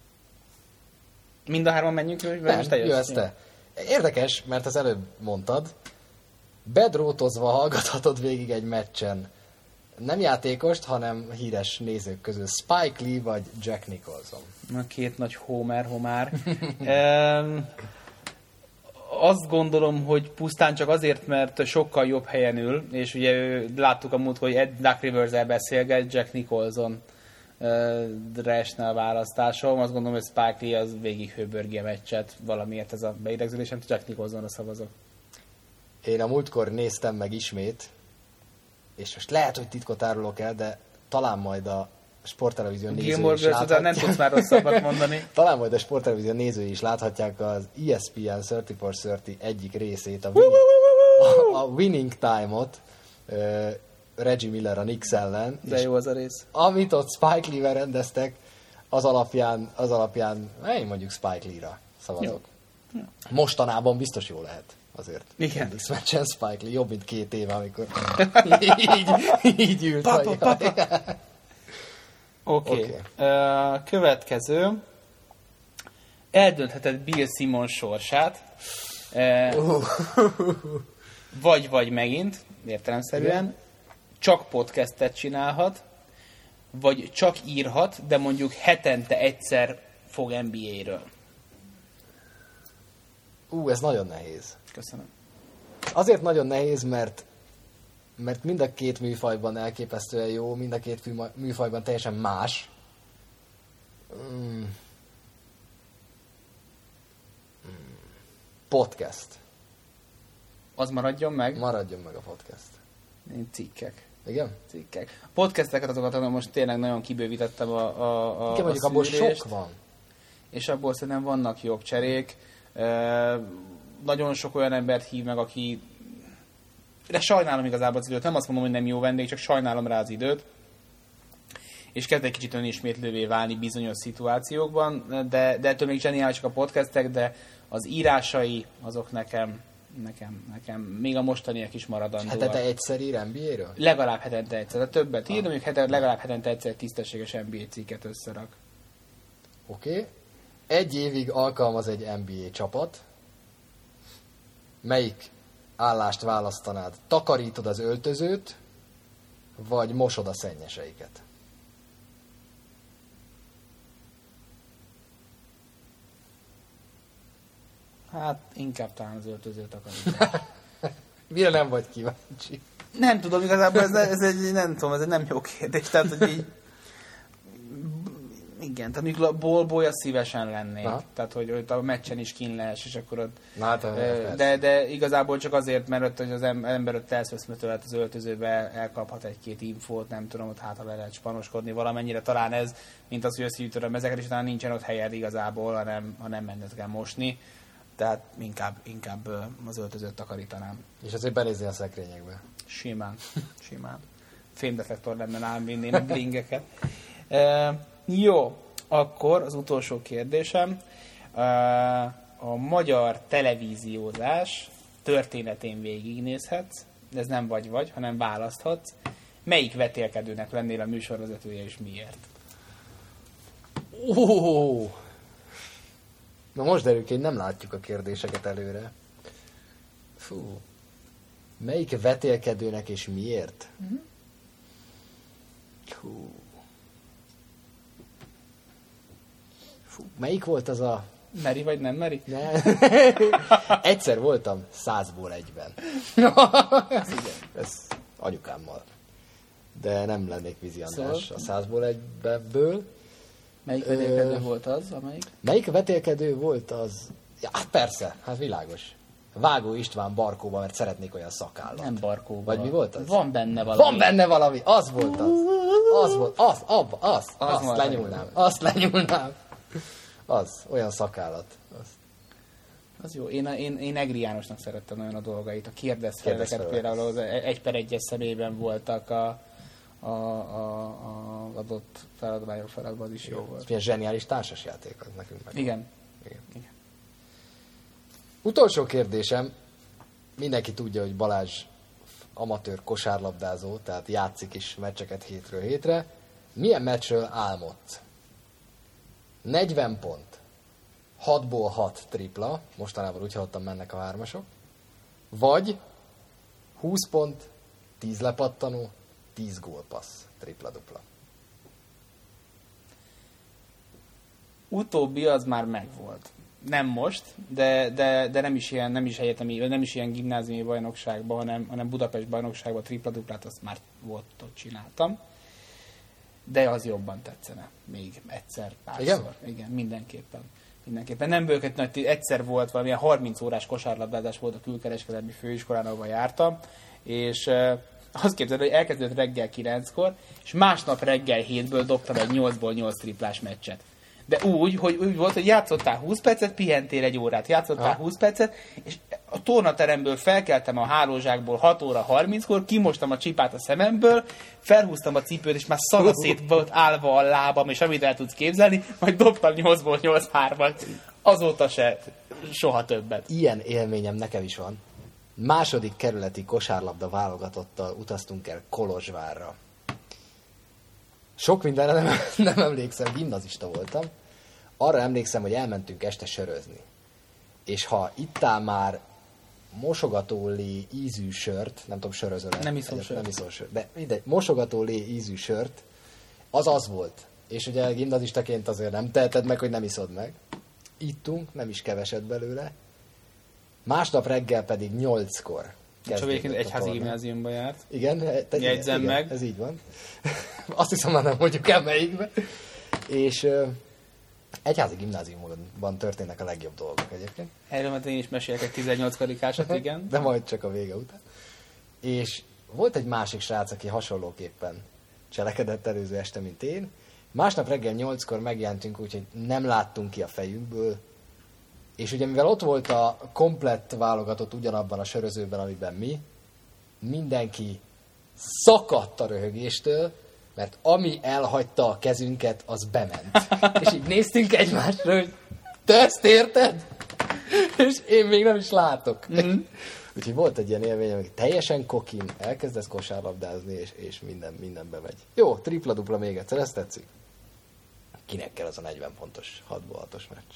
Mind a hárman menjünk, hogy Nem, most te jössz? jössz te. Érdekes, mert az előbb mondtad, bedrótozva hallgathatod végig egy meccsen nem játékost, hanem híres nézők közül Spike Lee vagy Jack Nicholson. Na, két nagy Homer, Homár. um, azt gondolom, hogy pusztán csak azért, mert sokkal jobb helyen ül, és ugye ő, láttuk a múlt, hogy Ed Duck Rivers-el beszélget, Jack Nicholson uh, esne a választásom. Azt gondolom, hogy Spike Lee az végig hőbörgi a meccset, valamiért ez a beidegződésem, Jack Nicholsonra szavazok. Én a múltkor néztem meg ismét, és most lehet, hogy titkot árulok el, de talán majd a sporttelevízió nézői Gilmore is Girls után nem tudsz már rosszabbat mondani. Talán majd a sporttelevízió nézői is láthatják az E S P N harminc for harminc egyik részét, a Winning, a, a winning Time-ot, uh, Reggie Miller a Knicks ellen. De jó az a rész. Amit ott Spike Lee-vel rendeztek, az alapján, az alapján, én mondjuk Spike Lee-ra szavazok. Jó. Mostanában biztos jó lehet azért. Igen. X-meccsen Spike Lee jobb, mint két éve, amikor így, így ült. Papa, papa. Oké. Oké. Okay. Uh, következő. Eldöntheted Bill Simmons sorsát. Uh, Uh. vagy, vagy megint, értelemszerűen. Igen. Csak podcastet csinálhat, vagy csak írhat, de mondjuk hetente egyszer fog en bé á-ről. Ú, uh, ez nagyon nehéz. Köszönöm. Azért nagyon nehéz, mert mert mind a két műfajban elképesztően jó, mind a két műfajban teljesen más. Mm. Podcast. Az maradjon meg? Maradjon meg a podcast. Én cikkek. Igen? Cikkek. A podcasteket azokat most tényleg nagyon kibővítettem a, a, a, Igen, mondjuk a abból szűrést, sok van. és abból szerintem vannak jobb cserék. E, nagyon sok olyan embert hív meg, aki... De sajnálom igazából az időt. Nem azt mondom, hogy nem jó vendég, csak sajnálom rá az időt. És kezd egy kicsit önismétlővé válni bizonyos szituációkban, de, de ettől még zseniálisak a podcastek, de az írásai azok nekem, nekem, nekem még a mostaniak is maradandóak. Hetente egyszer ír en bé á-ről? Legalább hetente egyszer. De többet ír, de mondjuk hetente, legalább hetente egyszer tisztességes en bé á cikket összerak. Oké. Okay. Egy évig alkalmaz egy en bé á csapat. Melyik állást választanád? Takarítod az öltözőt, vagy mosod a szennyeseiket? Hát inkább talán az öltözőt akarítás. Mire nem vagy kíváncsi? Nem tudom, igazából ez, ez egy, nem tudom, ez egy nem jó kérdés. Tehát, hogy így... Igen, tehát mondjuk a ballboy szívesen lennék. Aha. Tehát, hogy, hogy a meccsen is kín lehess, és akkor ott... Na, hát, de, de igazából csak azért, mert ott, hogy az ember ott elszöszmötölt az öltözőbe, elkaphat egy-két infót, nem tudom, ott hátra le lehet spanoskodni valamennyire. Talán ez, mint az, hogy összegyűjtöd a mezeket, és talán nincsen ott helyed igazából, hanem, hanem menned kell mosni. Tehát inkább, inkább az öltözőt takarítanám. És azért benézni a szekrényekbe. Simán. Simán. Fémdetektor lenne nálam, vinném a blingeket. E, jó, akkor az utolsó kérdésem. E, a magyar televíziózás történetén végignézhetsz, de ez nem vagy-vagy, hanem választhatsz. Melyik vetélkedőnek lennél a műsorvezetője, és miért? Oh! Na most derül ki, hogy nem látjuk a kérdéseket előre. Fú. Melyik vetélkedőnek és miért? Uh-huh. Fú. Fú. Melyik volt az a... Meri vagy nem meri? Ne. Egyszer voltam százból egyben. Ez, Ez anyukámmal. De nem lennék Vízi András szóval... a százból egyből. Melyik vetélkedő Ö... volt az, amelyik? Melyik vetélkedő volt az? Ja, persze, hát világos. Vágó István Barkóba, mert szeretnék olyan szakállat. Nem Barkóba. Vagy mi volt az? Van benne valami. Van benne valami, az volt az. Az volt, az, abba, az, Az azt volt lenyúlnám, az. azt lenyúlnám. Az, olyan szakállat. Az. Az jó. Én, én, én Egri Jánosnak szerettem nagyon a dolgait. A kérdezfeleleket Kérdezfelelek. például az egy per egyes személyben voltak a, a, a, a adott feladványok feladban, az is jó, jó volt. Milyen zseniális társasjáték az nekünk meg. Igen. Igen. Igen. Utolsó kérdésem. Mindenki tudja, hogy Balázs amatőr kosárlabdázó, tehát játszik is meccseket hétről hétre. Milyen meccsről álmodsz? negyven pont, hatból hat tripla, mostanában úgy hallottam, mennek a hármasok, vagy húsz pont, tíz lepattanó, tíz gólpassz, tripla-dupla. Utóbbi az már megvolt. Nem most, de, de, de nem is ilyen, nem is egyetemi, nem is ilyen gimnáziumi bajnokságban, hanem, hanem Budapest bajnokságban tripla-duplát azt már volt, ott csináltam. De az jobban tetszene. Még egyszer, párszor. Igen? Igen, mindenképpen. Mindenképpen. Nem bőket, nagy, egyszer volt valamilyen harminc órás kosárlabdázás volt a külkereskedelmi főiskolán, ahol jártam, és uh, azt képzeld, hogy elkezdődött reggel kilenckor, és másnap reggel hétből dobtam egy nyolcból nyolc triplás meccset. De úgy, hogy úgy volt, hogy játszottál húsz percet, pihentél egy órát, játszottál ha. húsz percet, és a tornateremből felkeltem a hálózsákból hat óra harminckor, kimostam a csipát a szememből, felhúztam a cipőt, és már szanaszét volt állva a lábam, és amit el tudsz képzelni, majd dobtam nyolcból nyolc hármat. Azóta se, soha többet. Ilyen élményem nekem is van. Második kerületi kosárlabda válogatottal utaztunk el Kolozsvárra. Sok mindenre nem, nem emlékszem, gimnazista voltam. Arra emlékszem, hogy elmentünk este sörözni. És ha ittál már mosogatólé ízű sört, nem tudom, sörözöl-e? Nem iszom Egyet, sört. Nem iszom sört. De mindegy, mosogatólé ízű sört, az az volt. És ugye gimnazistaként azért nem teheted meg, hogy nem iszod meg. Ittunk, nem is keveset belőle. Másnap reggel pedig nyolckor. Csak egyébként egyházi gimnáziumban járt. Igen, te, Jegyzem igen, meg. Ez így van. Azt hiszem, már nem mondjuk el melyikbe. És uh, egyházi gimnáziumban történnek a legjobb dolgok egyébként. Erről mert én is mesélek egy tizennyolc karikásat, igen. De majd csak a vége után. És volt egy másik srác, aki hasonlóképpen cselekedett előző este, mint én. Másnap reggel nyolckor megjelentünk, úgyhogy nem láttunk ki a fejünkből. És ugye mivel ott volt a komplett válogatott ugyanabban a sörözőben, amiben mi, mindenki szakadt a röhögéstől, mert ami elhagyta a kezünket, az bement. És így néztünk egymásra, hogy te ezt érted? És én még nem is látok. Mm-hmm. Úgyhogy volt egy ilyen élmény, hogy teljesen kokin, elkezdesz kosárlabdázni, és, és minden, minden bemegy. Jó, tripla-dupla még egyszer, ezt tetszik? Kinek kell az a negyven pontos hatból hatos meccs?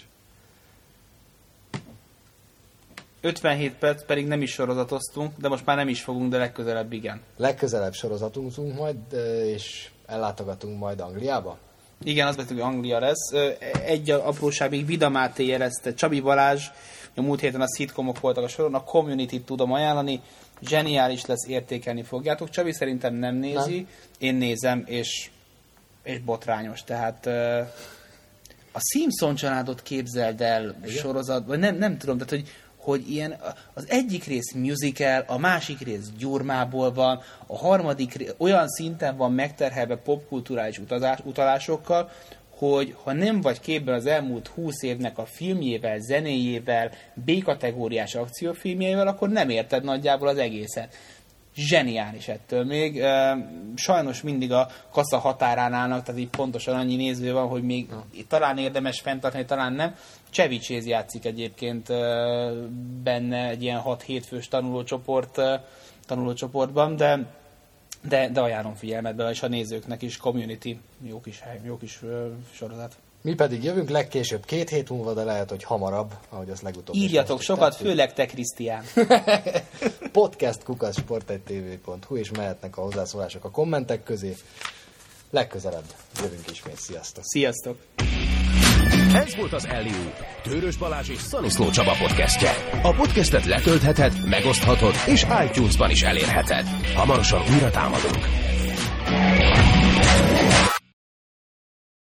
ötvenhét perc, pedig nem is sorozatoztunk, de most már nem is fogunk, de legközelebb igen. Legközelebb sorozatunk majd, és ellátogatunk majd Angliába? Igen, az beszélünk, hogy Anglia lesz. Egy apróság, még Vida Máté jelezte, Csabi Balázs, a múlt héten a szitkomok voltak a soron, a Community-t tudom ajánlani, zseniális lesz, értékelni fogjátok. Csabi szerintem nem nézi, nem. Én nézem, és, és botrányos, tehát a Simpson családot képzeld el igen? Sorozat, vagy nem, nem tudom, tehát hogy hogy ilyen, az egyik rész musical, a másik rész gyurmából van, a harmadik rész olyan szinten van megterhelve popkulturális utazás, utalásokkal, hogy ha nem vagy képben az elmúlt húsz évnek a filmjével, zenéjével, B-kategóriás akciófilmjével, akkor nem érted nagyjából az egészet. Zseniális ettől még. Sajnos mindig a kasza határán állnak, tehát így pontosan annyi néző van, hogy még ja. talán érdemes fenntartani, talán nem. Csevicséz játszik egyébként benne egy ilyen hat-hét fős tanulócsoport, tanulócsoportban, de, de, de ajánlom figyelmetbe, és a nézőknek is. Community, jó kis hely, jó kis sorozat. Mi pedig jövünk legkésőbb két hét múlva, de lehet, hogy hamarabb, ahogy az legutóbb. Írjatok sokat, tettük. Főleg te, Krisztián. Podcast kukac sport egy té vé pont hu, és mehetnek a hozzászólások a kommentek közé. Legközelebb jövünk ismét. Sziasztok! Sziasztok! Ez volt az Alley-oop, Tőrös Balázs és Szaniszló Csaba podcastje. A podcastet letöltheted, megoszthatod, és iTunes-ban is elérheted. Hamarosan újra támadunk.